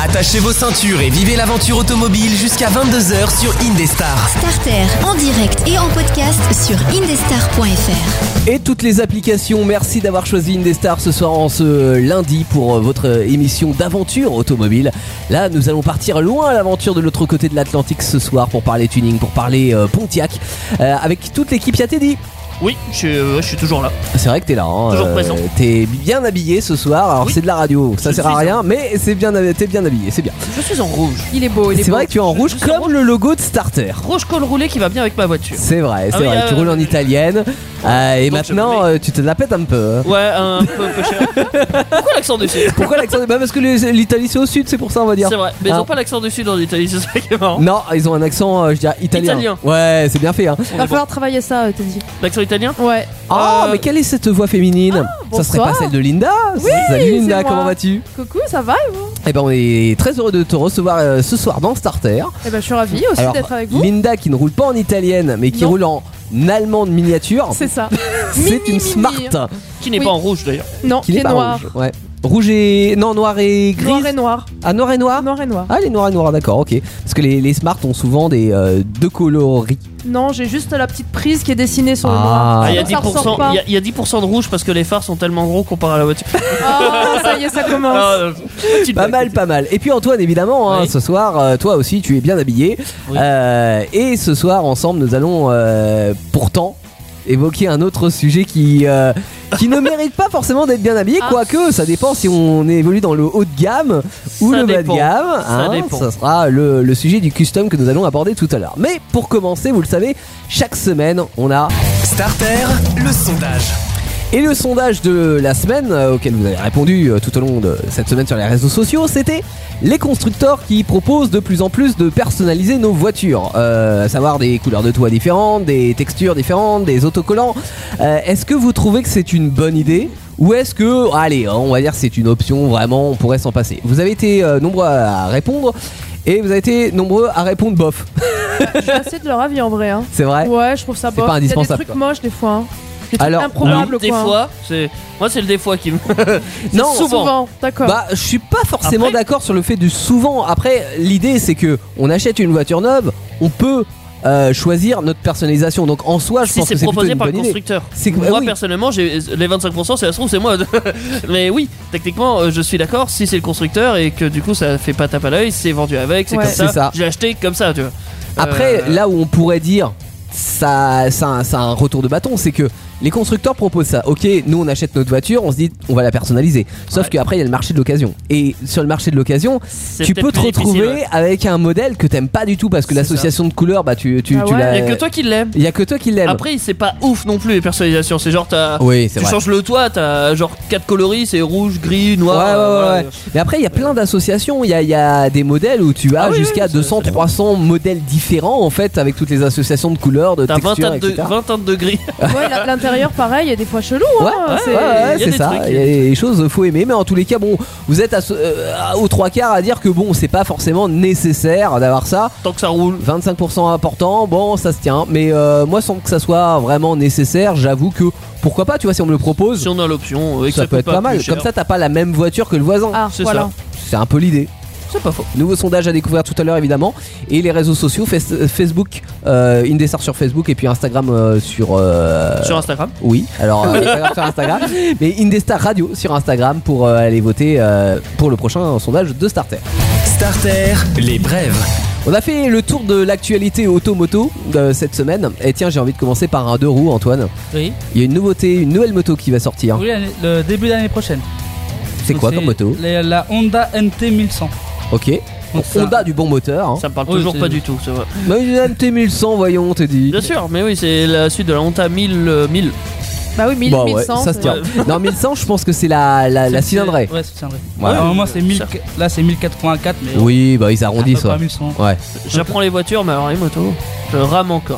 Attachez vos ceintures et vivez l'aventure automobile jusqu'à 22h sur Indestar. Starter, en direct et en podcast sur indestar.fr. Et toutes les applications, merci d'avoir choisi Indestar ce soir en ce lundi pour votre émission d'aventure automobile. Là, nous allons partir loin à l'aventure de l'autre côté de l'Atlantique ce soir pour parler tuning, pour parler Pontiac. Avec toute l'équipe, y'a Teddy. Oui, je suis toujours là. C'est vrai que t'es là, hein. Toujours présent. T'es bien habillé ce soir. Alors oui. C'est de la radio, ça sert à rien, mais t'es bien habillé, c'est bien. Je suis en rouge. Il est beau, C'est vrai que tu es en rouge comme rouge. le logo de Starter. Rouge col roulé qui va bien avec ma voiture. C'est vrai, Ah oui, tu roules en italienne. Et donc maintenant tu te la pètes un peu. Ouais, un peu cher. Pourquoi l'accent du sud? Pourquoi l'accent Bah parce que l'Italie c'est au sud, c'est pour ça on va dire. C'est vrai, mais ils ont pas l'accent du sud en Italie, c'est ça qui est marrant. Non, ils ont un accent, je dirais, italien. Ouais, c'est bien fait, hein. Va falloir travailler ça, t'as dit. L'accent italien? Ouais. Mais quelle est cette voix féminine? Ça serait pas celle de Linda? Oui, salut Linda, c'est moi. comment vas-tu? Coucou, ça va et vous? Eh ben on est très heureux de te recevoir ce soir dans Starter. Eh ben je suis ravie aussi d'être avec vous. Linda qui ne roule pas en italienne mais qui Non. roule en allemande miniature. C'est ça. C'est une smart. Qui n'est Oui. pas en rouge d'ailleurs. Non, qui est pas noir. rouge. Ouais. Rouge et. Non, noir et gris. Noir et noir. Ah, noir et noir. Noir et noir. Ah, les noirs et noirs, d'accord, ok. Parce que les smart ont souvent des deux coloris. Non, j'ai juste la petite prise qui est dessinée sur le Ah. noir. Ah, il y a Sinon, ça ressort 10%, pas. il y a 10% de rouge parce que les phares sont tellement gros comparé à la voiture. Oh, ça y est, ça commence. Petite Pas blague. mal. Et puis Antoine, évidemment, hein, Oui. ce soir, toi aussi, tu es bien habillé. Oui. Et ce soir, ensemble, nous allons pourtant évoquer un autre sujet qui ne mérite pas forcément d'être bien habillé, Ah. quoique ça dépend si on évolue dans le haut de gamme ou Ça le bas de dépend. gamme. Ça dépend. Ça sera le sujet du custom que nous allons aborder tout à l'heure. Mais pour commencer, vous le savez, chaque semaine, on a Starter, le sondage. Et le sondage de la semaine auquel vous avez répondu tout au long de cette semaine sur les réseaux sociaux, c'était les constructeurs qui proposent de plus en plus de personnaliser nos voitures, à savoir des couleurs de toit différentes, des textures différentes, des autocollants. Est-ce que vous trouvez que c'est une bonne idée ou est-ce que, allez, on va dire c'est une option, vraiment on pourrait s'en passer? Vous avez été nombreux à répondre et vous avez été nombreux à répondre bof. Je suis assez de leur avis en vrai. Hein. C'est vrai? Ouais, je trouve ça C'est bof. pas Il y a des indispensable, trucs moches des fois. Hein. Des trucs Alors, improbables Des quoi. fois, moi c'est le des fois qui me. C'est Non, souvent. D'accord. Bah, je suis pas forcément Après- d'accord sur le fait du souvent. Après, l'idée c'est que on achète une voiture neuve, on peut choisir notre personnalisation. Donc en soi, je Si pense c'est que c'est plutôt proposé une par le bonne idée. constructeur. C'est que- Moi oui. personnellement, j'ai les 25%, c'est la trouve, c'est moi. Mais oui, techniquement, je suis d'accord si c'est le constructeur et que du coup ça fait pas tape à l'œil, c'est vendu avec, c'est Ouais. comme ça. C'est ça. J'ai acheté comme ça, tu vois. Après, là où on pourrait dire ça a un retour de bâton, c'est que les constructeurs proposent ça. Ok, nous on achète notre voiture, on se dit on va la personnaliser. Sauf Ouais. qu'après il y a le marché de l'occasion. Et sur le marché de l'occasion, c'est tu peut-être peux te plus difficile, retrouver ouais. avec un modèle que t'aimes pas du tout parce que C'est l'association de couleurs, bah tu Ah ouais. l'as. Il y a que toi qui l'aimes. Il y a que toi qui l'aimes. Après, c'est pas ouf non plus les personnalisations. C'est genre, Oui, c'est tu vrai. changes le toit, t'as genre 4 coloris, c'est rouge, gris, Ouais, noir. ouais. voilà. Mais après, il y a plein d'associations. Il y a des modèles où tu as Ah oui, jusqu'à oui, 200, ça 300 modèles différents en fait, avec toutes les associations de couleurs, de T'as 20 textures, teintes de, etc. 20 teintes de gris. Ouais, l'intérieur pareil, il y a des fois chelou. Hein. Ouais, C'est- ouais, il y a c'est des ça. trucs, Il y a des choses faut aimer, mais en tous les cas, bon, vous êtes aux trois quarts à dire que bon, c'est pas forcément nécessaire d'avoir ça. Tant que ça roule. 25% important, bon, ça se tient. Mais moi, sans que ça soit vraiment nécessaire, j'avoue que pourquoi pas, tu vois, si on me le propose, Si on a l'option, et que ça peut être pas mal. plus cher. Comme ça, t'as pas la même voiture que le voisin. Ah, C'est voilà. ça. C'est un peu l'idée. C'est pas faux. Nouveau sondage à découvrir tout à l'heure évidemment. Et les réseaux sociaux, Facebook, Indestar sur Facebook et puis Instagram sur Sur Instagram. oui, alors Instagram sur Instagram. Mais Indestar Radio sur Instagram pour aller voter pour le prochain sondage de Starter. Starter, les brèves. On a fait le tour de l'actualité automoto cette semaine. Et tiens, j'ai envie de commencer par un deux roues, Antoine. Oui. Il y a une nouveauté, une nouvelle moto qui va sortir. Oui, le début d'année prochaine. C'est quoi comme moto? La Honda NT 1100. Ok. Donc ça- Honda du bon moteur. Hein. Ça me parle Oui, toujours c'est- pas du tout, c'est vrai. Mais une MT 1100, voyons, on te dit. Bien sûr, mais oui, c'est la suite de la Honda 1000. Bah oui, 1000, Bah ouais, 1100. ça se c'est- tient. Non, 1100, je pense que c'est la cylindrée. Ouais, c'est cylindrée. Ouais. Normalement, c'est 1000. ça. Là, c'est 1084, mais. Oui, bah ils à peu arrondissent. près Ouais. 1100. Ouais. J'apprends les voitures, mais alors les motos, je rame encore.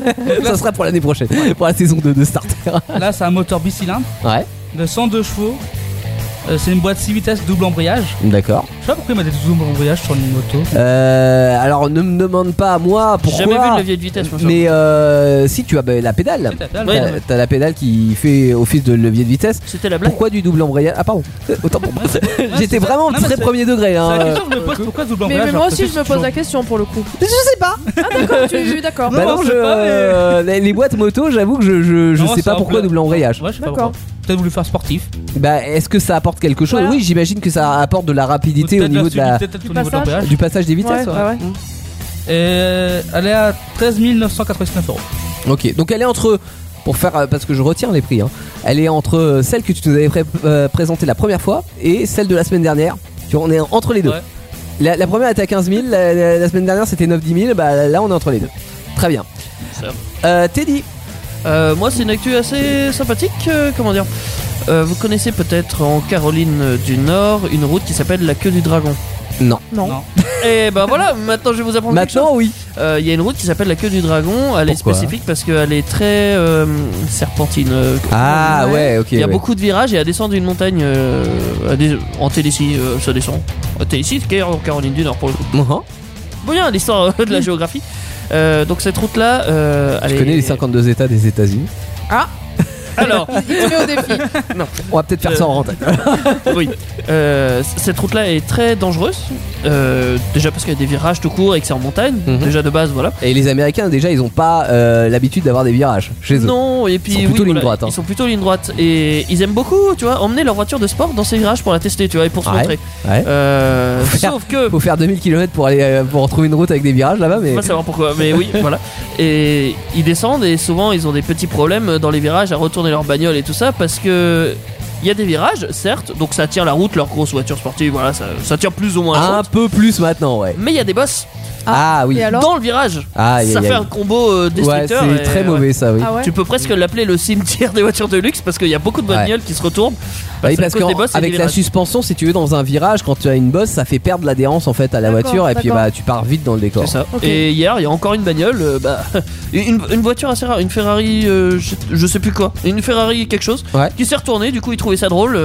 Ça sera pour l'année prochaine, pour la saison 2 de Starter. Là, c'est un moteur bicylindre Ouais, de 102 chevaux. C'est une boîte 6 vitesses double embrayage. d'accord. sais pas pourquoi il m'a des doubles embrayages sur une moto. Alors ne me demande pas à moi J'ai pourquoi. jamais vu le levier de vitesse, moi. Mais si tu as la pédale, C'est ta pédale, Ouais. t'as la pédale qui fait office de levier de vitesse. C'était la blague. Pourquoi du double embrayage? Ah pardon, autant pour moi. J'étais c'est ça. vraiment Non, mais très c'est- premier degré. C'est Hein. la question que je me pose, pourquoi double Mais embrayage moi alors que aussi, je c'est me pose toujours- la question pour le coup. Je sais pas. Ah d'accord, d'accord. Non, Bah non, on sait pas, les boîtes moto, j'avoue que je Non, sais ça pas pourquoi remplace- double embrayage. Ouais, je sais pas D'accord. pourquoi. Peut-être voulu faire sportif. Bah est-ce que ça apporte quelque chose? Voilà. Oui, j'imagine que ça apporte de la rapidité au Peut-être niveau de la peut-être au niveau de passage. l'embrayage. du passage des vitesses. Ouais, ouais. ouais. Et elle est à 13 999 €. Ok, donc elle est entre, pour faire, parce que je retiens les prix, hein, elle est entre celle que tu nous avais présentée la première fois et celle de la semaine dernière. Tu vois, on est entre les deux. Ouais. La première était à 15 000, la semaine dernière c'était 9-10 000, bah là on est entre les deux. Très bien. Teddy, Moi, c'est une actu assez sympathique. Comment dire vous connaissez peut-être en Caroline du Nord une route qui s'appelle la Queue du Dragon. non. Non. Non. Et ben voilà, maintenant je vais vous apprendre quelque chose. Maintenant oui. Il y a une route qui s'appelle la Queue du Dragon. Elle est Pourquoi spécifique parce qu'elle est très serpentine. Ah ouais, ok. Il y a ouais. beaucoup de virages et à descendre une montagne en Tennessee, ça descend. Tennessee, qui est en Caroline du Nord pour le coup. Mhm. Bon, bien l'histoire de la géographie. Donc cette route-là, elle Je est... connais les 52 états des États-Unis. Alors, Il te met au défi. On va peut-être faire ça en rentrée. oui. Cette route-là est très dangereuse. Déjà parce qu'il y a des virages tout court et que c'est en montagne. Mhm. Déjà de base, voilà. Et les Américains déjà ils ont pas l'habitude d'avoir des virages chez eux. Non, et puis Ils sont plutôt ligne droite, hein. Ils sont plutôt ligne droite et ils aiment beaucoup, tu vois, emmener leur voiture de sport dans ces virages pour la tester, tu vois, et pour se Ouais. montrer. Ouais. Sauf que Faut faire 2000 km pour aller pour retrouver une route avec des virages là-bas, mais on va savoir pourquoi, mais oui, voilà. Et ils descendent et souvent ils ont des petits problèmes dans les virages à retourner leur bagnole et tout ça parce que il y a des virages, certes, donc ça tient la route, leur grosse voiture sportive, voilà, ça tient plus ou moins la un route. peu plus maintenant, ouais. Mais il y a des bosses Ah oui. Et alors dans le virage. Aïe, Ça aïe, fait aïe. un combo Ouais, destructeur. c'est et, très ouais. mauvais ça, oui. Ah ouais. Tu peux presque l'appeler le cimetière des voitures de luxe parce qu'il y a beaucoup de bagnoles qui se retournent. Oui, à parce cause des bosses et qu'avec des la virages. suspension, si tu veux, dans un virage, quand tu as une bosse, ça fait perdre l'adhérence en fait à la D'accord, voiture et puis d'accord. bah tu pars vite dans le décor. C'est ça. Ok. Et hier, il y a encore une bagnole, une voiture assez rare, une Ferrari, je sais plus quoi, une Ferrari quelque chose, Ouais. qui s'est retournée. Du coup, il trouvait ça drôle.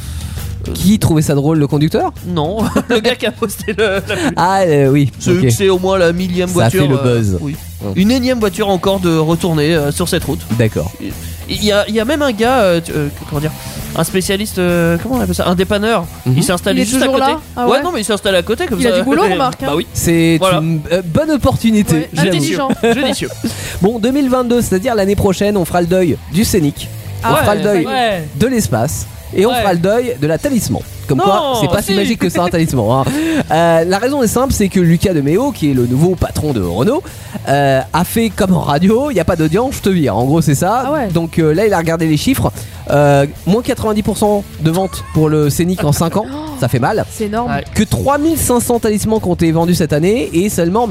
Qui trouvait ça drôle, le conducteur? Non, le gars qui a posté la pub. Ah oui. ok. C'est au moins la millième Ça voiture. fait le buzz. Oui. Ouais. Une énième voiture encore de retourner sur cette route. D'accord. Il y a même un gars, comment dire, un spécialiste, comment on appelle ça, un dépanneur. Mhm. Il s'est installé Il est juste à toujours côté. là Ah ouais non, mais il s'est installé à côté comme Il ça. a du boulot, remarque, hein. Bah oui. C'est Voilà. une bonne opportunité. Ouais, j'avoue. intelligent. Judicieux. Bon, 2022, c'est-à-dire l'année prochaine, on fera le deuil du scénic, on Ah fera ouais, le deuil Ouais. de l'espace et on Ouais. fera le deuil de la talisman. Comme Non, quoi, c'est pas si si. magique que ça un talisman. Hein. La raison est simple, c'est que Lucas de Méo, qui est le nouveau patron de Renault, a fait comme en radio, il n'y a pas d'audience, je te vire. En gros, c'est ça. Ah ouais. Donc là, il a regardé les chiffres. Moins 90% de ventes pour le scénic en 5 ans, ça fait mal. C'est énorme. Ouais. Que 3500 talismans qui ont été vendus cette année et seulement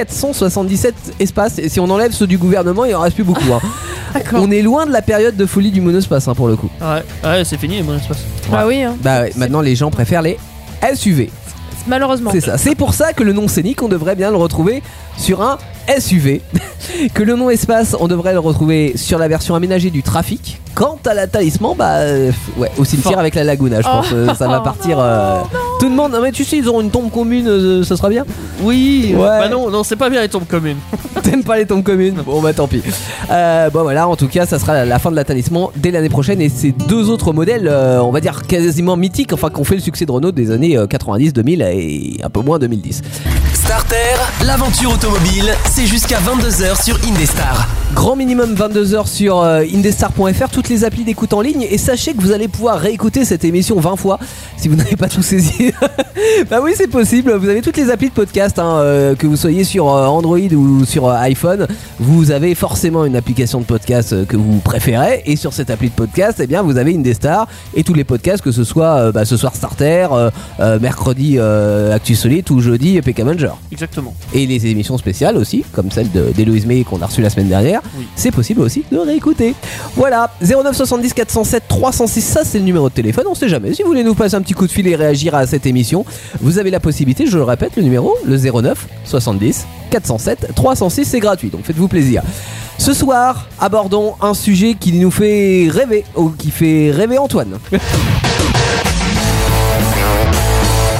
1477 espaces. Et si on enlève ceux du gouvernement, il en reste plus beaucoup. Hein. D'accord. On est loin de la période de folie du monospace hein, pour le coup. Ouais, c'est fini, mon espace. Bah oui, hein. Bah ouais, maintenant les gens préfèrent les SUV. Malheureusement. C'est ça. C'est pour ça que le nom scénic, on devrait bien le retrouver sur un SUV. Que le nom espace, on devrait le retrouver sur la version aménagée du trafic. Quant à la talisman, bah ouais, au cimetière Fort. avec la Laguna, je pense. Ça va partir. Tout le monde. Non mais tu sais, ils auront une tombe commune, ça sera bien. Oui, Ouais. bah non, c'est pas bien les tombes communes. T'aimes pas les tombes communes? Bon bah tant pis. Bon voilà, en tout cas, ça sera la fin de la talisman dès l'année prochaine et ces deux autres modèles, on va dire quasiment mythiques, enfin qu'on fait le succès de Renault des années 90, 2000 et un peu moins 2010. Starter, l'aventure automobile, c'est jusqu'à 22h sur Indestar. Grand minimum 22h sur indestar.fr, toutes les applis d'écoute en ligne et sachez que vous allez pouvoir réécouter cette émission 20 fois si vous n'avez pas tout saisi. Bah oui, c'est possible, vous avez toutes les applis de podcast hein, que vous soyez sur Android ou sur iPhone, vous avez forcément une application de podcast que vous préférez et sur cette appli de podcast, eh bien vous avez Indestar et tous les podcasts que ce soit ce soir Starter, mercredi Actu Solide ou jeudi PK Manger. Exactement. Et les émissions spéciales aussi, comme celle d'Héloïse May qu'on a reçue la semaine dernière, Oui. c'est possible aussi de réécouter. Voilà, 09 70 407 306, ça c'est le numéro de téléphone, on sait jamais. Si vous voulez nous passer un petit coup de fil et réagir à cette émission, vous avez la possibilité, je le répète, le numéro, le 09 70 407 306, c'est gratuit, donc faites-vous plaisir. Ce soir, abordons un sujet qui nous fait rêver, ou qui fait rêver Antoine.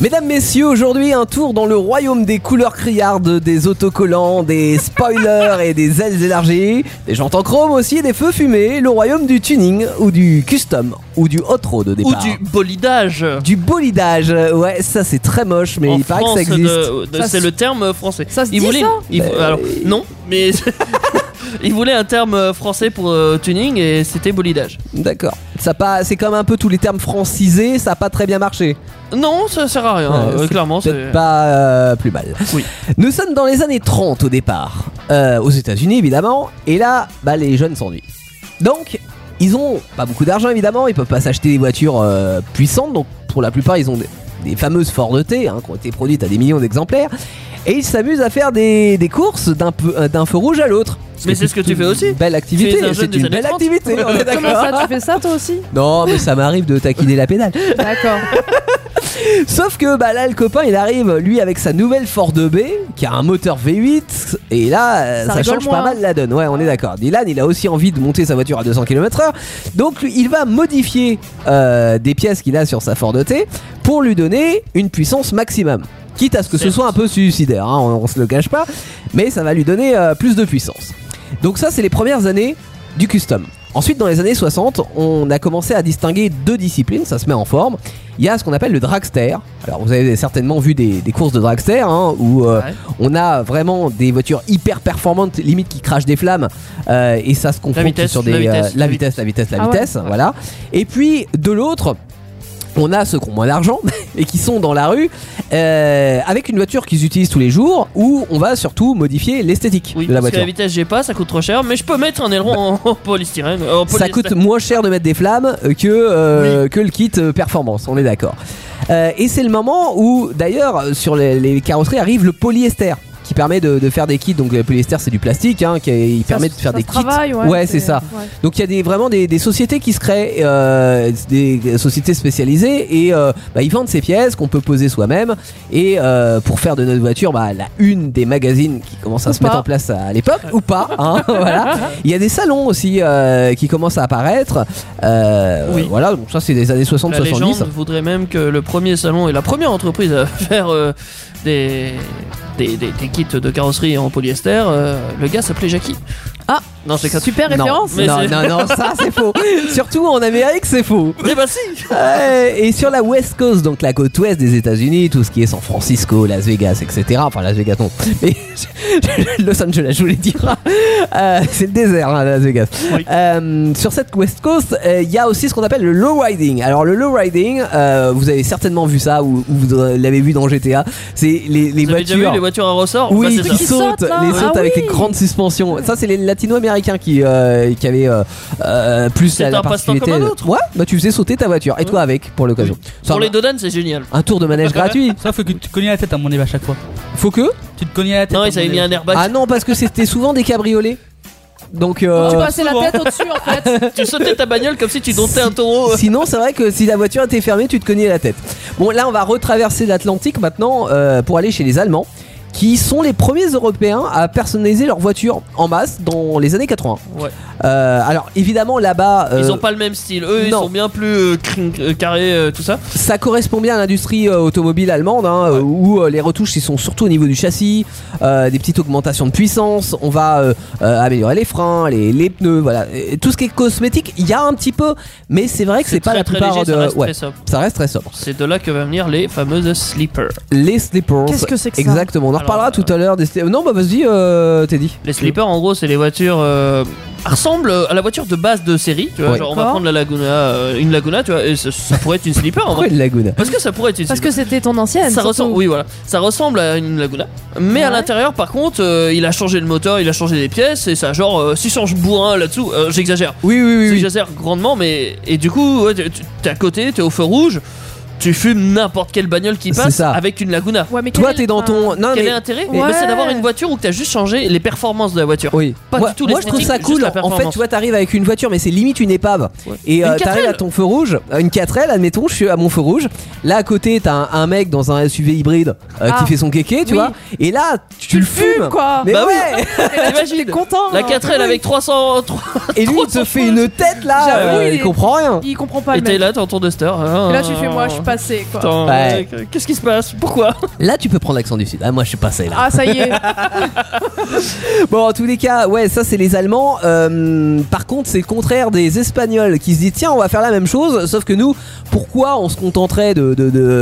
Mesdames, messieurs, aujourd'hui un tour dans le royaume des couleurs criardes, des autocollants, des spoilers et des ailes élargies, des jantes en chrome aussi et des feux fumés, le royaume du tuning ou du custom ou du hot road au départ. Ou du bolidage. Du bolidage, ouais, ça c'est très moche, mais En il paraît que France, ça existe. c'est le terme français. Ça se Il dit, voulait, ça alors, non, mais il voulait un terme français pour tuning et c'était bolidage. D'accord. C'est comme un peu tous les termes francisés, ça a pas très bien marché. Non, ça sert à rien, Ouais, clairement. Peut-être C'est pas plus mal. Oui. Nous sommes dans les années 30 au départ, aux États-Unis évidemment, et là, les jeunes s'ennuient. Donc, ils ont pas beaucoup d'argent évidemment, ils peuvent pas s'acheter des voitures puissantes, donc pour la plupart, ils ont des fameuses Ford T qui ont été produites à des millions d'exemplaires, et ils s'amusent à faire des courses d'un feu rouge à l'autre. Mais c'est ce que tu fais aussi. Belle activité, Tu es un jeune c'est des une années belle 30. activité, on est Comment d'accord. ça, tu fais ça toi aussi? Non, mais ça m'arrive de taquiner la pédale. D'accord. Sauf que là le copain il arrive lui avec sa nouvelle Ford B qui a un moteur V8 et là ça rigole change moins. pas mal la donne. Ouais, on est d'accord. Dylan il a aussi envie de monter sa voiture à 200 km/h, donc il va modifier des pièces qu'il a sur sa Ford T pour lui donner une puissance maximum. Quitte à ce que ce soit un peu suicidaire, on se le cache pas, mais ça va lui donner plus de puissance. Donc ça c'est les premières années du custom. Ensuite dans les années 60 on a commencé à distinguer deux disciplines, ça se met en forme. Il y a ce qu'on appelle le dragster. Alors vous avez certainement vu des courses de dragster où on a vraiment des voitures hyper performantes, limite qui crachent des flammes et ça se confronte sur des la vitesse, voilà. Et puis de l'autre on a ceux qui ont moins d'argent et qui sont dans la rue avec une voiture qu'ils utilisent tous les jours où on va surtout modifier l'esthétique Oui, de la parce que voiture. la vitesse j'ai pas, ça coûte trop cher, mais je peux mettre un aileron en polystyrène. Ça coûte moins cher de mettre des flammes que le kit performance, on est d'accord. Et c'est le moment où d'ailleurs sur les carrosseries arrive le polyester qui permet de faire des kits. Donc le polyester c'est du plastique il permet de faire des kits. Ouais, c'est ça. Ouais. Donc il y a vraiment des sociétés qui se créent, des sociétés spécialisées et ils vendent ces pièces qu'on peut poser soi-même et pour faire de notre voiture la une des magazines qui commence à se mettre en place à l'époque ou pas voilà. Il y a des salons aussi qui commencent à apparaître voilà, donc ça c'est des années 60-70. La légende voudrait même que le premier salon et la première entreprise à faire des kits de carrosserie en polyester, le gars s'appelait Jackie. Ah, non, c'est super référence. Mais non, ça c'est faux. Surtout en Amérique, c'est faux. Mais si. Et sur la West Coast, donc la côte ouest des États-Unis, tout ce qui est San Francisco, Las Vegas, etc. Enfin, Las Vegas non, mais Los Angeles, je voulais dire. C'est le désert, Las Vegas. Oui. Sur cette West Coast, il y a aussi ce qu'on appelle le lowriding. Alors le lowriding, vous avez certainement vu ça ou vous l'avez vu dans GTA. C'est les vous voitures. avez déjà vu les voitures à ressort? Oui, c'est qui sautent, avec les grandes suspensions. Ça, c'est les latino-américains qui avaient plus la particularité. Comme un autre. Ouais, tu faisais sauter ta voiture et toi avec pour l'occasion. Pour les dodanes, c'est génial. Un tour de manège gratuit. Ça faut que tu te cognes à la tête à mon avis à chaque fois. Faut que tu te cognes à la tête. Non, ils avaient mis un airbag. Ah non, parce que c'était souvent des cabriolets. Donc tu passais la tête au-dessus en fait. Tu sautais ta bagnole comme si tu domptais un taureau. Sinon c'est vrai que si la voiture était fermée tu te cognais la tête. Bon là on va retraverser l'Atlantique maintenant pour aller chez les Allemands qui sont les premiers Européens à personnaliser leur voiture en masse dans les années 80. Ouais. Alors évidemment là-bas ils ont pas le même style. Eux ils sont bien plus carrés, tout ça. Ça correspond bien à l'industrie automobile allemande où les retouches ils sont surtout au niveau du châssis, des petites augmentations de puissance. On va améliorer les freins, les pneus, voilà. Et tout ce qui est cosmétique il y a un petit peu, mais c'est vrai que c'est pas la plupart léger, de ça reste très sobre. C'est de là que va venir les fameuses sleepers. Les sleepers. Qu'est-ce que c'est que ça? Exactement, on en reparlera tout à l'heure des non vas-y Teddy. Les sleepers en gros c'est les voitures ressemblent à la voiture de base de série, tu vois, genre on va prendre la Laguna, une Laguna, tu vois, et ça pourrait être une sleeper en vrai. Une Laguna. Parce que ça pourrait être une Parce sleeper. que c'était ton ancienne. Ça ressemble, oui voilà, ça ressemble à une Laguna, mais à l'intérieur par contre, il a changé le moteur, il a changé des pièces et ça genre si change bourrin là-dessous, j'exagère. Oui. J'exagère grandement, mais et du coup t'es à côté, t'es au feu rouge. Tu fumes n'importe quelle bagnole qui passe avec une Laguna. Ouais, mais toi t'es dans ton. Non, quel mais est l'intérêt? C'est d'avoir une voiture où t'as juste changé les performances de la voiture. Oui. Pas du tout. Moi je trouve ça cool. En fait, tu vois, t'arrives avec une voiture, mais c'est limite une épave. Ouais. Et t'arrives à ton feu rouge, une 4L, admettons, je suis à mon feu rouge. Là à côté, t'as un mec dans un SUV hybride qui fait son kéké, tu vois. Et là, tu le fumes quoi. Mais ouais. T'es content. La 4L avec 300. Et lui, il te fait une tête là. Il comprend rien. Il comprend pas. Et t'es là, t'es en tour de star. Et là, tu fais moi, je suis passé quoi. Attends, Ouais. qu'est-ce qui se passe? Pourquoi? Là, tu peux prendre l'accent du Sud. Ah, moi, je suis passé là. Ah ça y est. Bon, en tous les cas, ouais, ça c'est les Allemands. Par contre, c'est le contraire des Espagnols qui se disent tiens, on va faire la même chose. Sauf que nous, pourquoi on se contenterait de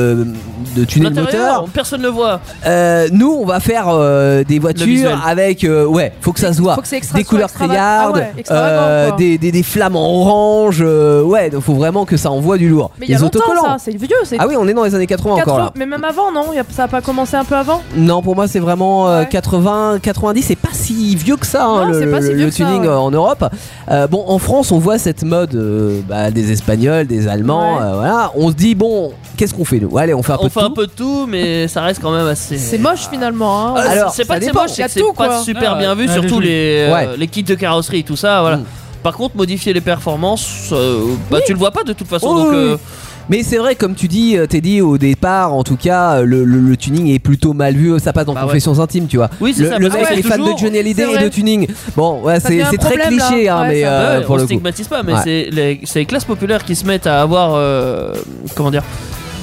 tuner le L'intérieur, moteur? personne ne le voit. Nous, on va faire des voitures visuel. avec, ouais, faut que ça se voit. Faut que c'est extra- Des couleurs soit criardes, ah ouais, extravagant, quoi. des flammes en orange. Ouais, donc faut vraiment que ça envoie du lourd. Mais il y a Les longtemps autocollants. ça, c'est vieux, c'est Ah oui, on est dans les années 80 encore là. Mais même avant non, ça a pas commencé un peu avant? Non, pour moi c'est vraiment Ouais. 80, 90, c'est pas si vieux que ça, hein, Non, c'est pas si vieux le que ça, tuning ouais. en Europe. Bon, en France, on voit cette mode des Espagnols, des Allemands, Ouais. voilà. On se dit bon, qu'est-ce qu'on fait nous? Allez, on fait un peu On de fait tout. un peu de tout, mais ça reste quand même assez. C'est moche finalement hein. Alors, c'est pas ça que c'est dépend. moche, Il y c'est a que c'est tout, pas quoi. super Ah, bien vu, ouais, surtout joli. Ouais. les kits de carrosserie et tout ça. Voilà. Mm. Par contre, modifier les performances, tu le vois pas de toute façon. Oui, donc, oui. Mais c'est vrai, comme tu dis, Teddy, au départ, en tout cas, le tuning est plutôt mal vu. Ça passe dans Bah ouais. Confessions intimes, tu vois. Oui, c'est ça, Le parce mec que est c'est fan de toujours- Johnny Hallyday c'est et de vrai. tuning. Bon, ouais, Ça devient c'est un très problème, cliché, là. hein, Ouais, mais ça- ouais, pour on le coup. stigmatise pas, mais Ouais. c'est les classes populaires qui se mettent à avoir. Comment dire?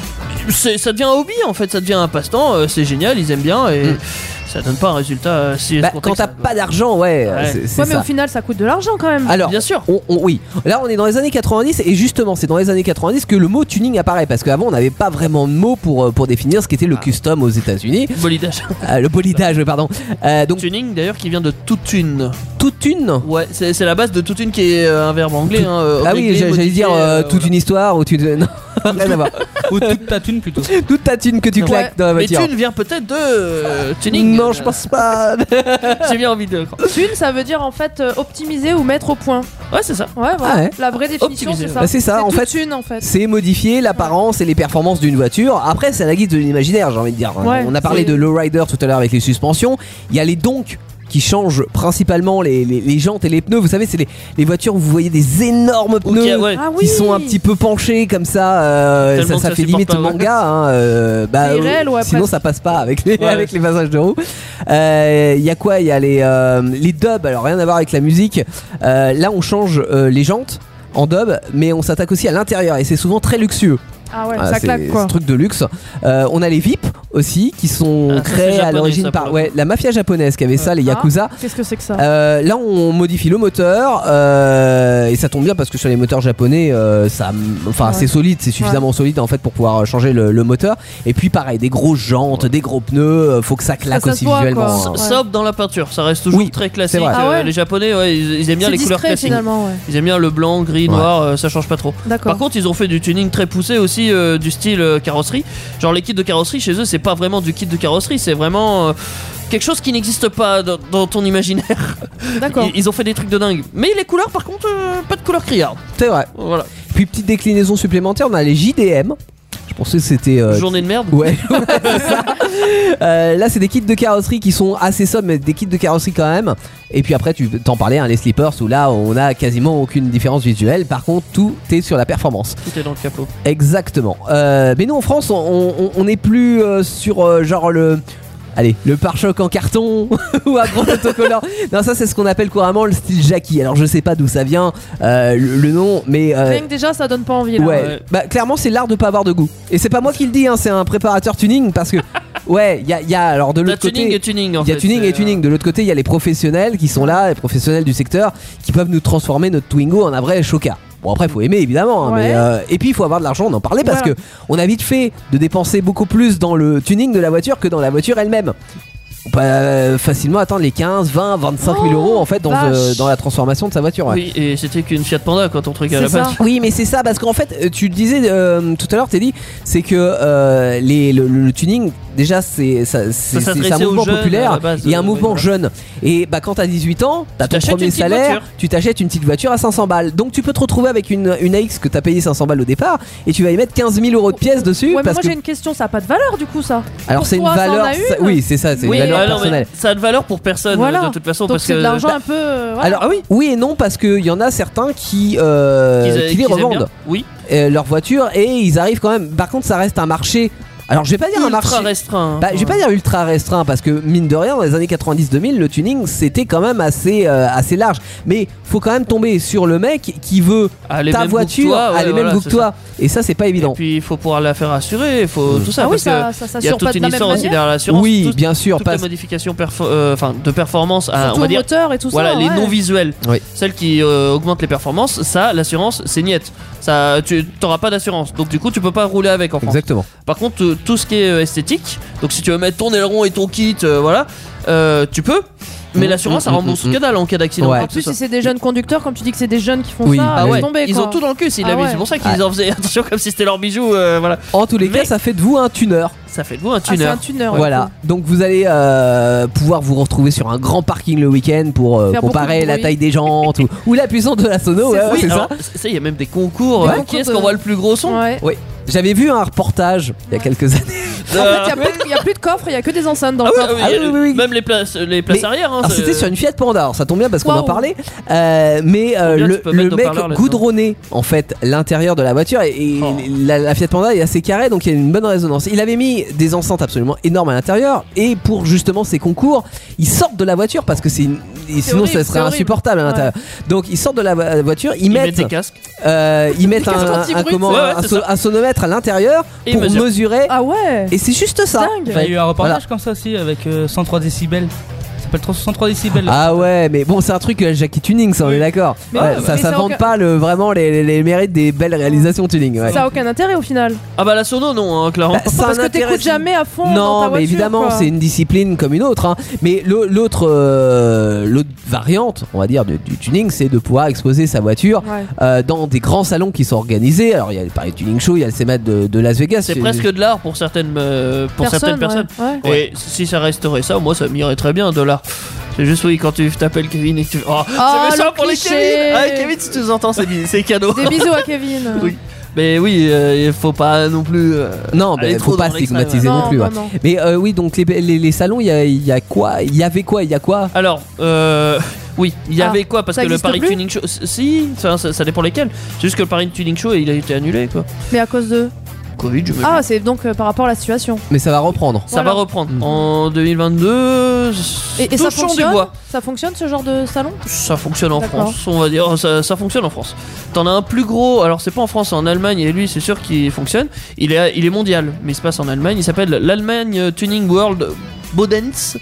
Ça devient un hobby en fait, ça devient un passe-temps. C'est génial, ils aiment bien et ça donne pas un résultat si Bah, escompté quand que t'as ça. pas d'argent, ouais, Ouais. c'est Ouais mais ça. au final ça coûte de l'argent quand même. Alors, Bien sûr. oui. Là, on est dans les années 90 et justement, c'est dans les années 90 que le mot tuning apparaît parce qu'avant, on n'avait pas vraiment de mot pour définir ce qu'était le custom aux États-Unis. Bolidage. Le bolidage, pardon. Donc, Tuning d'ailleurs qui vient de toute une. toute une. Ouais, c'est la base de toute une qui est un verbe anglais. Ah oui, j'allais dire toute une histoire ou toute. Non, rien à voir. Ou toute ta thune plutôt. Toute ta thune que tu Ouais. claques dans la Mais voiture. thune vient peut-être de tuning. Non, je pense pas. J'ai bien envie de. Thune ça veut dire en fait optimiser ou mettre au point. Ouais, c'est ça. Ouais voilà. Ah ouais. La vraie définition Optimiser, c'est ça. Bah, c'est ça, en toute fait. thune en fait. C'est modifier l'apparence et les performances d'une voiture. Après, c'est à la guise de l'imaginaire, j'ai envie de dire. Ouais, On a parlé c'est- de lowrider tout à l'heure avec les suspensions. Il y a les donks qui changent principalement les jantes et les pneus. Vous savez, c'est les voitures où vous voyez des énormes pneus Ok, ouais. Ah qui oui. sont un petit peu penchés comme ça. Tellement que Ça ça fait supporte limite pas, ouais. manga. Hein, C'est irréel, ouais, sinon, presque. ça passe pas avec les, Ouais. avec les passages de roue. Il y a quoi? Il y a les dubs. Alors, rien à voir avec la musique. Là, on change les jantes en dub, mais on s'attaque aussi à l'intérieur et c'est souvent très luxueux. Ah ouais, Ah, ça claque c'est quoi. ce truc de luxe. On a les VIP aussi qui sont Ah, ça, créés c'est à japonais, l'origine ça, par pour le la mafia japonaise qui avait ça, les Ah, Yakuza. Qu'est-ce que c'est que ça? Là on modifie le moteur et ça tombe bien parce que sur les moteurs japonais Ouais. c'est solide, c'est suffisamment solide en fait pour pouvoir changer le moteur. Et puis pareil, des grosses jantes, des gros pneus, faut que ça claque Ça se aussi voit, visuellement. quoi. hein. Ouais. Ça opte dans la peinture, ça reste toujours Oui, très c'est classique. vrai. Ah ouais. Les Japonais, ouais, ils aiment bien C'est les couleurs discret classiques. finalement ouais. Ils aiment bien le blanc, gris, Ouais. noir, ça change pas trop. D'accord. Par contre, ils ont fait du tuning très poussé aussi, du style carrosserie. Genre les kits de carrosserie chez eux, c'est pas vraiment du kit de carrosserie, c'est vraiment quelque chose qui n'existe pas dans ton imaginaire. D'accord. Ils ont fait des trucs de dingue. Mais les couleurs, par contre, pas de couleur criarde. C'est vrai. Voilà. Puis petite déclinaison supplémentaire, on a les JDM. Je pensais que c'était Journée de merde. Ouais, c'est ça. Là, c'est des kits de carrosserie qui sont assez sobres, mais des kits de carrosserie quand même. Et puis après, tu t'en parlais, hein, les slippers, où là, on a quasiment aucune différence visuelle. Par contre, tout est sur la performance. Tout est dans le capot. Exactement. Mais nous, en France, on est plus sur genre le pare-choc en carton ou un gros autocollant. Non, ça, c'est ce qu'on appelle couramment le style Jackie. Alors, je sais pas d'où ça vient, le nom, mais. Rien que déjà ça donne pas envie là. Ouais. Ouais. Bah clairement c'est l'art de pas avoir de goût. Et c'est pas moi qui le dis, hein, c'est un préparateur tuning parce que ouais, il y a alors de La l'autre tuning côté et tuning en il y a fait. tuning c'est, et tuning. De l'autre côté, il y a les professionnels qui sont là, les professionnels du secteur qui peuvent nous transformer notre Twingo en un vrai choca. Bon après faut aimer évidemment hein, Ouais. mais et puis il faut avoir de l'argent, on en parlait parce Voilà. que on a vite fait de dépenser beaucoup plus dans le tuning de la voiture que dans la voiture elle-même. On peut facilement atteindre les 15, 20, 25 000 euros en fait vache. dans la transformation de sa voiture. Ouais. Oui, et c'était qu'une Fiat Panda quand on truc à la C'est base. ça. Oui, mais c'est ça, parce qu'en fait, tu le disais tout à l'heure, Teddy, c'est que le tuning, déjà, c'est un s'adressait aux mouvement jeunes à populaire, la base, il y a un ouais, mouvement voilà. jeune. Et bah, quand t'as 18 ans, t'as Tu ton t'achètes premier une petite salaire, voiture. tu t'achètes une petite voiture à 500 balles. Donc tu peux te retrouver avec une AX que t'as payé 500 balles au départ, et tu vas y mettre 15 000 euros de pièces dessus. Ouais, mais parce moi que... j'ai une question, ça a pas de valeur du coup ça. Alors pour c'est une toi, ça en valeur. a une Oui, c'est ça, c'est Oui, une valeur non, mais personnelle. ça a de valeur pour personne Voilà. de toute façon Donc parce c'est que de l'argent un peu. voilà. Alors Ah oui. oui et non, parce qu'il y en a certains qui qu'ils les aiment bien. revendent. Oui. Leur voiture et ils arrivent quand même. Par contre, ça reste un marché Alors je vais pas dire un marché ultra restreint. Bah, je vais pas dire ultra restreint parce que mine de rien dans les années 90-2000 le tuning c'était quand même assez large, mais faut quand même tomber sur le mec qui veut Les ta mêmes voiture goûts que toi, a ouais, les mêmes voilà, goûts que c'est toi et ça c'est pas Et évident. puis il faut pouvoir la faire assurer, il faut tout ça Ah oui, parce que ça il y a s'assure toute pas de une la même histoire aussi manière. derrière l'assurance. Oui, bien sûr, toutes les modifications de performance, on Surtout va au dire. moteur et tout Voilà, ça. les ouais. non visuels, Oui. celles qui augmentent les performances, ça, l'assurance, c'est niette. Ça, tu t'auras pas d'assurance, donc du coup, tu peux pas rouler avec en France. Exactement. Par contre, tout ce qui est esthétique, donc si tu veux mettre ton aileron et ton kit, voilà, tu peux. Mais l'assurance, ça rembourse que dalle en cas d'accident. Ouais. En plus, si c'est des jeunes conducteurs, comme tu dis que c'est des jeunes qui font Oui. ça, Ah laisse ouais, tomber, ils quoi. ont tout dans le cul s'ils Ah l'avaient. ouais. C'est pour ça qu'ils en faisaient attention comme si c'était leur bijou. Voilà, En tous les cas Mais- ça fait de vous un tuner. ça fait de vous un Ah, c'est tuner. un tuner. ouais, Voilà, donc vous allez pouvoir vous retrouver sur un grand parking le week-end pour Faire comparer beaucoup de la bruit. taille des jantes ou la puissance de la sono. C'est Ouais, ça. ouais, c'est alors, ça. ça, il y a même des concours. Des Qui concours est-ce de- qu'on voit le plus gros son Ouais. Oui, j'avais vu un reportage il y a quelques années. En fait, il y a plus de coffre, il y a que des enceintes dans Ah le oui, coffre. Ah oui, oui, oui. Même les places Mais- arrière. Hein, Alors c'est- c'était sur une Fiat Panda, alors ça tombe bien parce qu'on en Waouh. parlait, mais bien, le, tu peux mettre le nos mec parleurs là-dedans. goudronnait en fait l'intérieur de la voiture et Oh. la Fiat Panda est assez carrée donc il y a une bonne résonance. Il avait mis des enceintes absolument énormes à l'intérieur et pour justement ces concours, ils sortent de la voiture parce que et sinon horrible, ça c'est serait horrible. insupportable à l'intérieur. Donc ils sortent de la voiture, ils Ils mettent mettent des casques. ils mettent casques un, anti-bruit, comment, ouais, un c'est so- ça. un sonomètre à l'intérieur Et pour mesure. mesurer Ah ouais. et c'est juste ça. Dingue. Il y a eu un reportage Voilà. comme ça aussi avec 103 décibels. Ça s'appelle 103 décibels. Ah ouais, mais bon, c'est un truc Jackie Tuning, ça on est d'accord. Mais Ouais, ouais, ça mais ça ça vante aucun- pas vraiment les mérites des belles réalisations tuning. Ouais. Ça a aucun intérêt au final. Ah bah la sono, non, hein, clairement. Bah, ça a Parce un que intérêt, t'écoutes jamais à fond dans ta Non, voiture. mais évidemment, quoi. c'est une discipline comme une autre. Hein. Mais l'autre variante, on va dire, du tuning, c'est de pouvoir exposer sa voiture Ouais. dans des grands salons qui sont organisés. Alors, il y a le Paris Tuning Show, il y a le CEMAT de Las Vegas. C'est presque de l'art pour certaines personnes. Ouais. Ouais. Et si ça resterait ça, moi ça m'irait très bien de l'art. C'est juste oui quand tu t'appelles Kevin et que tu oh, c'est méchant le pour les cliché. Kevin. Ah, Kevin si tu nous entends c'est cadeau. Des bisous à Kevin. Oui. Mais oui, il faut pas non plus. Non, aller mais trop faut pas dans l'extrême, stigmatiser non plus. Ouais. Non. Mais oui, donc les salons, il y a quoi? Il y avait quoi? Il y a quoi? Alors, oui, il y Ah, avait quoi? Parce ça que le existe Paris plus Tuning Show, si, ça dépend lesquels. C'est juste que le Paris Tuning Show, il a été annulé quoi. Mais à cause de. Covid, je me Ah, c'est donc par rapport à la situation. Mais ça va reprendre. Ça Voilà. va reprendre Mhm. en 2022. Et ça touchons du fonctionne bois. Ça fonctionne ce genre de salon Ça fonctionne en D'accord. France, on va dire. Ça fonctionne en France. T'en as un plus gros, alors c'est pas en France, c'est en Allemagne, et lui, c'est sûr qu'il fonctionne. Il est mondial, mais il se passe en Allemagne. Il s'appelle l'Allemagne Tuning World Bodens.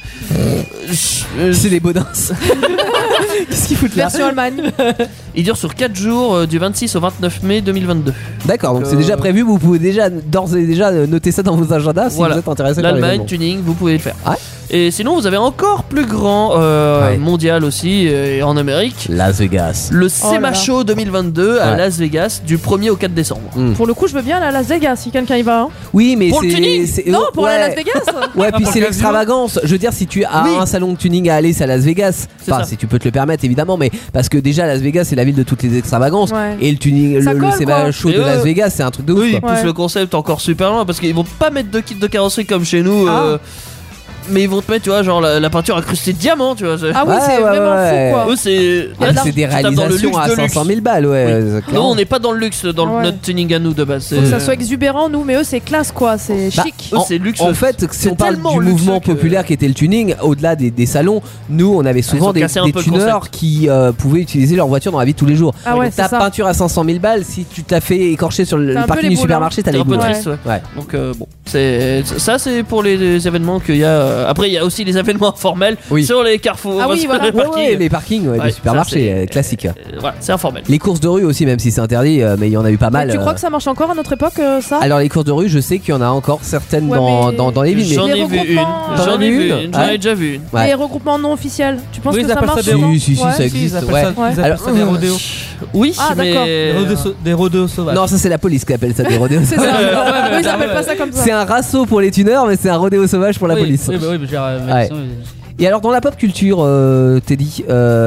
C'est des bodins. Qu'est-ce qu'ils foutent là? Version Allemagne. Il dure sur 4 jours, du 26 au 29 mai 2022. D'accord, donc c'est déjà prévu, vous pouvez déjà d'ores et déjà noter ça dans vos agendas si Voilà. vous êtes intéressé par L'Allemagne l'événement. Tuning, vous pouvez le faire. Ouais. Et sinon, vous avez encore plus grand, Ouais. mondial aussi, et en Amérique. Las Vegas. Le Oh là SEMA là. Show 2022 à Ouais. Las Vegas du 1er au 4 décembre. Pour le coup, je veux bien aller à Las Vegas si quelqu'un y va. Hein. Oui, mais Pour le tuning Non, pour aller à Las ouais. Vegas. Ouais, puis pour c'est le casino. l'extravagance. Je veux dire, si tu as Oui. un salon de tuning à aller, c'est à Las Vegas. C'est Enfin, ça. si tu peux te le permettre, évidemment, mais parce que déjà, Las Vegas, c'est la ville de toutes les extravagances. Ouais. Et le tuning, Ça le colle, SEMA quoi. Show Et de ouais. Las Vegas, c'est un truc de ouf. Oui, ils quoi. poussent Ouais. le concept encore super loin parce qu'ils vont pas mettre de kit de carrosserie comme chez nous. Ah. Mais ils vont te mettre, tu vois, genre la peinture incrustée de diamant, tu vois. Ah oui, Ouais, c'est ouais, vraiment ouais. fou quoi. Eux, c'est. Ah, Là, c'est des tu tapes dans le réalisations luxe à de luxe. 500 000 balles, ouais. Nous, clairement. on n'est pas dans le luxe, dans Ouais. notre tuning à nous de base. Faut que ça C'est- soit exubérant, nous, mais eux, c'est classe quoi. C'est Bah, chic. Eux, c'est luxe. En fait, si C'est on parle tellement du mouvement luxueux que- populaire qui était le tuning, au-delà des salons, nous on avait souvent ont des cassé un peu le tuners concept. qui pouvaient utiliser leur voiture dans la vie de tous les jours. Ah ouais, Ta c'est ça. peinture à 500 000 balles, si tu t'as fait écorcher sur le T'as un peu parking les du boules, supermarché, t'as C'est les un peu boules. Ouais. triste, ouais. Ouais. Donc bon, ça c'est pour les événements qu'il y a. Après, il y a aussi les événements informels Oui. sur les carrefours, Ah oui, sur voilà. les Ouais, parkings. ouais, les parkings Ouais, des supermarchés, ça, c'est- classiques. Voilà, c'est informel. Les courses de rue aussi, même si c'est interdit, mais il y en a eu pas mal. Tu crois que ça marche encore à notre époque, ça Alors les courses de rue, je sais qu'il y en a encore certaines Ouais, dans les villes. J'en Mais... Les ai vu une. regroupements, T'en J'en as ai vu vu une une. J'en Ouais. ai déjà vu une. Ouais. Les regroupements non officiels, tu penses Oui, que ils ça appellent ça marche des souvent Si, si, Ouais. ça Si, existe. ils appellent Ouais. ça, ils appellent Alors, ça des rodéos. Oui, Ah, mais d'accord. Des rodéos sauvages. Non, ça c'est la police qui appelle ça des rodéos. C'est ça. ouais, Eux, ils ouais, appellent ouais. pas ça comme ça. C'est un rasso pour les tuners, mais c'est un rodéo sauvage pour la Oui, police. Oui, bah oui, mais genre, Ouais. Et alors dans la pop culture, Teddy,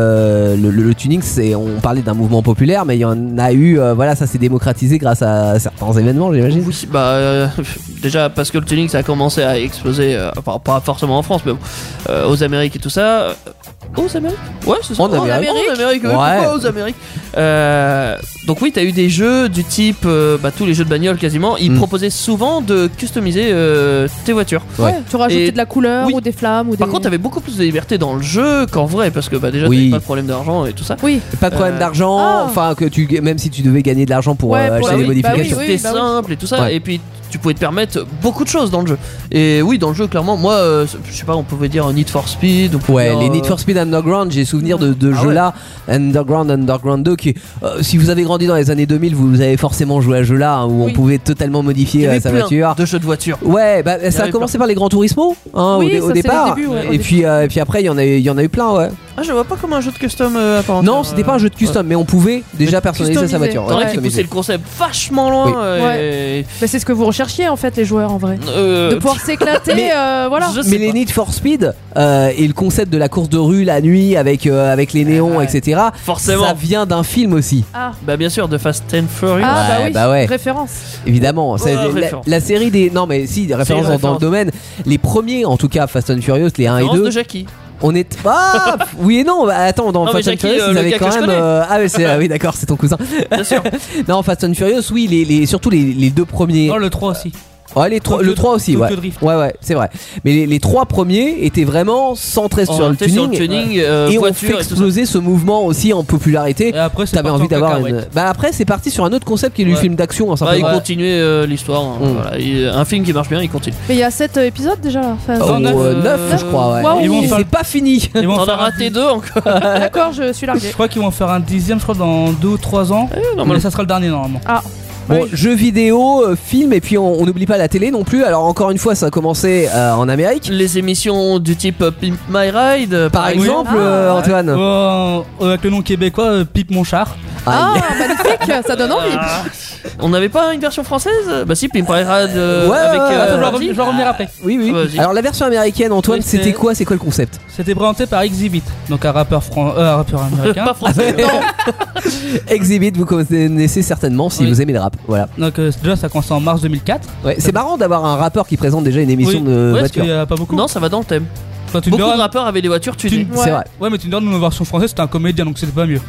le tuning, on parlait d'un mouvement populaire, mais il y en a eu, voilà, ça s'est démocratisé grâce à certains événements, j'imagine. oui, bah déjà parce que le tuning ça a commencé à exploser, pas forcément en France, mais bon, aux Amériques et tout ça. aux Amériques. Ouais, c'est ça. En Amérique. En Amérique, oui, Ouais. pourquoi aux Amériques Donc oui, t'as eu des jeux du type, tous les jeux de bagnole quasiment, ils proposaient souvent de customiser tes voitures. Ouais. Tu rajoutais Et- de la couleur oui. ou des flammes ou Par des... contre, t'avais beaucoup plus de liberté dans le jeu qu'en vrai, parce que déjà Oui. t'avais pas de problème d'argent et tout ça. Oui. Pas de problème d'argent, Ah. enfin que même si tu devais gagner de l'argent pour Ouais, pour acheter la- des bah oui, modifications. oui. C'était simple et tout ça, Ouais. et puis tu pouvais te permettre beaucoup de choses dans le jeu. Et oui, dans le jeu, clairement, moi, je sais pas, on pouvait dire Need for Speed. On pouvait Ouais, dire, les Need for Speed Underground, j'ai souvenir de Ah jeux ouais. là, Underground 2, qui, si vous avez grandi dans les années 2000, vous avez forcément joué à ce jeu là, où on Oui. pouvait totalement il y modifier avait sa plein voiture. de jeux de voiture. Ouais, bah, ça a avait commencé par les Gran Turismo, hein, Oui, au ça, c'est départ. le début, ouais, au et puis après, il y en a eu plein, ouais. Ah, je vois pas comme un jeu de custom à part entière. Non, c'était pas un jeu de custom, mais on pouvait déjà personnaliser sa customiser. voiture. T'en ouais, as qui customiser. poussaient le concept vachement loin. Oui. Et... Mais c'est ce que vous recherchiez en fait, les joueurs en vrai. De pouvoir s'éclater, Mais- voilà. Je sais Mais les pas. Need for Speed et le concept de la course de rue la nuit avec les néons, Ouais. etc. Forcément. Ça vient d'un film aussi, Ah, Bah bien sûr, de Fast and Furious. ah bah Ouais, oui, bah ouais. référence. évidemment. Ça, référence. la série des non mais si des références dans le référence. domaine. Les premiers en tout cas, Fast and Furious, les 1 et Référence 2. de Jackie. On est oui et non. Bah, attends, dans Non, mais Fast and Jackie, Furious, ils le avaient gars quand que je même. connais. Ah mais oui d'accord, c'est ton cousin. Bien sûr. Non, Fast and Furious, oui, surtout les deux premiers. Non, le 3 aussi. Ouais, le 3 aussi, Tokyo ouais. Drift. Ouais, c'est vrai. Mais les 3 premiers étaient vraiment centrés sur le Orienté sur tuning. le Et on voiture fait et tout ça. exploser ce mouvement aussi en popularité. Et après, c'est T'avais parti envie en d'avoir une. cacahuète. Bah après, c'est parti sur un autre concept qui est le Ouais. film d'action, hein, Bah, il simplement. continuait l'histoire. Hein, Mm. voilà. Un film qui marche bien, il continue. Mais il y a 7 épisodes déjà là. Enfin, Oh, Oh, 9, neuf, je crois, ouais. Waouh. Ils vont Et faire- c'est pas fini. Ils vont T'en as faire un raté 2 encore. D'accord, je suis largué. Je crois qu'ils vont faire un 10ème, je crois, dans 2 ou 3 ans. normalement. Mais ça sera le dernier normalement. Ah, Bon, oui. jeux vidéo, film, et puis on n'oublie pas la télé non plus. Alors, encore une fois, ça a commencé en Amérique. Les émissions du type Pimp My Ride, Par exemple, Ah, ouais. Antoine. Avec le nom québécois, Pipe mon char. Ah, magnifique, ça donne envie. Ah, on n'avait pas une version française? Bah si, Pimp My Ride Ouais, avec. ouais, Je vais revenir après. Oui, oui. Vas-y. Alors, la version américaine, Antoine, Oui, c'était c'est- quoi? C'est quoi le concept? C'était présenté par Exhibit, donc un rappeur américain. Pas français. Exhibit, vous connaissez certainement si Oui. vous aimez le rap. Voilà. Donc déjà, ça a commencé en mars 2004. Ouais, c'est marrant d'avoir un rappeur qui présente déjà une émission Oui. de Ouais, Parce voiture. qu'il n'y a pas beaucoup. Non, ça va dans le thème. Quand tu me Beaucoup de diras- rappeurs avaient des voitures tunées. Tu- C'est Ouais. vrai. Ouais, mais tu me diras, nous, nos versions françaises, c'était un comédien, donc c'était pas mieux.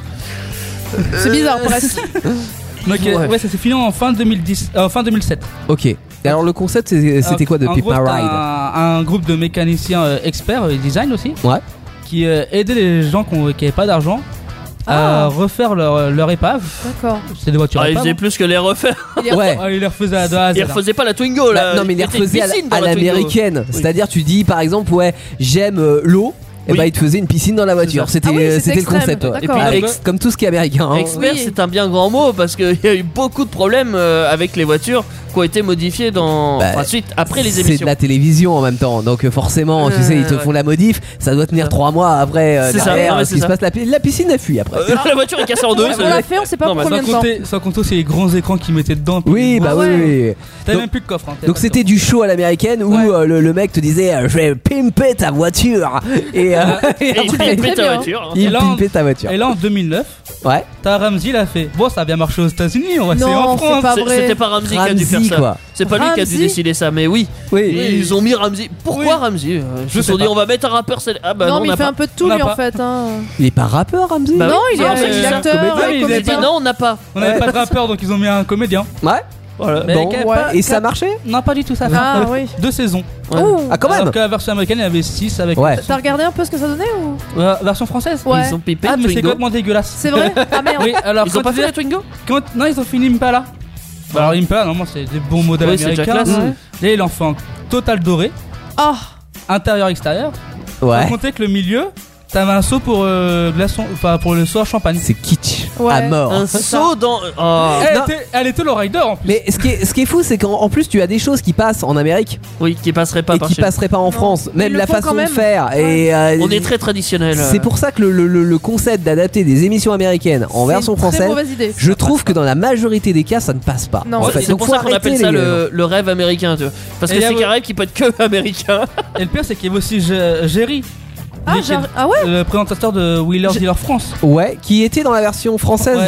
C'est bizarre presque. Donc, Ouais. ouais, ça s'est fini en fin 2007. Ok. Et alors, le concept, c'était quoi de En Pimp gros, My c'était Ride? un groupe de mécaniciens experts et design aussi. Ouais. Qui aidaient les gens qui n'avaient pas d'argent Ah. à refaire leur épave. D'accord. C'est des voitures Ah, ils épaves. faisaient plus que les refaire. Ouais. Ah, ils les refaisaient de A à Z. Ils refaisaient pas la Twingo là. Bah, non mais il les Ils mettaient une refaisait piscine dans à la Twingo. l'américaine. C'est-à-dire tu dis par exemple ouais j'aime l'eau. Et Oui. bah il te faisait une piscine dans la voiture. ça. C'était Ah oui, c'était c'était le extrême. concept. Ouais. D'accord. Et puis, Comme tout ce qui est américain. hein. Expert, Oui. c'est un bien grand mot parce qu'il y a eu beaucoup de problèmes avec les voitures qui ont été modifiées Bah, suite après les C'est de émissions. la télévision en même temps, donc forcément, tu sais, ils te ouais. font la modif, ça doit tenir 3 mois après C'est ça, derrière, non, mais ce c'est qui se ça. passe, la piscine elle fuit après. La voiture est cassée en deux. On l'a fait, on sait pas Non, pour mais combien de temps. Sans compter aussi les grands écrans qu'ils mettaient dedans. Oui, bah Ah ouais. oui. T'avais Donc- même plus de coffre. Hein, t'avais Donc pas de c'était du show à l'américaine où Ouais. le mec te disait je vais pimper ta voiture et, Et après, il très pète ta bien. voiture. il Et là, pimpait ta voiture. coffre. Et là en 2009, Ouais. t'as Ramsey, il a fait bon, ça a bien marché aux États-Unis, on va essayer en Non, c'est France. pas C'est- vrai. C'était pas Ramsey qui a dû faire Ramsey ça. quoi. C'est pas lui qui a dû Ramsey décider ça, mais oui. Oui. Ils ont mis Ramsey. Pourquoi Oui. Ramsey Ils Je se sais sont dit pas. on va mettre un rappeur. Ah bah non, non, mais on il a fait pas. un peu de tout On a lui en pas. fait. Hein. Il est pas rappeur Ramsey. Bah Non, oui, il est c'est ça, il est c'est ça. acteur Comédien, et il J'ai dit comédien. non, on n'a pas. On n'avait pas de rappeur, donc ils ont mis un comédien. Ouais. Voilà. Mais Bon. qui avait Ouais. pas- Et ça marchait. Non, pas du tout, ça a fait Ah oui. 2 saisons. Ouais. Ouh. Ah quand même. Alors que la version américaine, il y avait 6 avec. Ouais. T'as regardé un peu ce que ça donnait ou Version française. Ouais. Ils ont pipé Ah, mais c'est Twingo. complètement dégueulasse. C'est vrai? Ah merde. Oui, alors Ils ont pas quand fait tu la Twingo dis- Non, ils ont fini Impala. Bah, alors Impala, normalement, c'est des bons modèles Oui, c'est déjà américains. classe. Ouais. Là, il en fait un total doré, Ah. intérieur-extérieur. Ouais. Faut compter que le milieu, t'avais un seau pour glaçon, enfin pour le seau à champagne. C'est kitsch Ouais. à mort. Un saut dans. Oh. Non. Elle était le rider en plus. Mais ce qui est fou, c'est qu'en plus tu as des choses qui passent en Amérique Oui, qui passerait pas et par qui chez nous. passeraient pas en France. Mais Même ils la le font façon quand de même. faire. Ouais. Et On est très traditionnel. c'est pour ça que le concept d'adapter des émissions américaines en C'est version une très française, mauvaise idée. je trouve que dans la majorité des cas, ça ne passe pas. Non, en c'est- fait. C'est Donc pour faut ça qu'on arrêter appelle ça les- le rêve américain, tu vois. Parce que Et c'est il y a- qu'un rêve qui peut être que américain. Et le pire, c'est qu'il y avait aussi Jerry, Ah, lui, qui est ah ouais. le présentateur de Wheeler Dealer France. Ouais, qui était dans la version française. Ouais.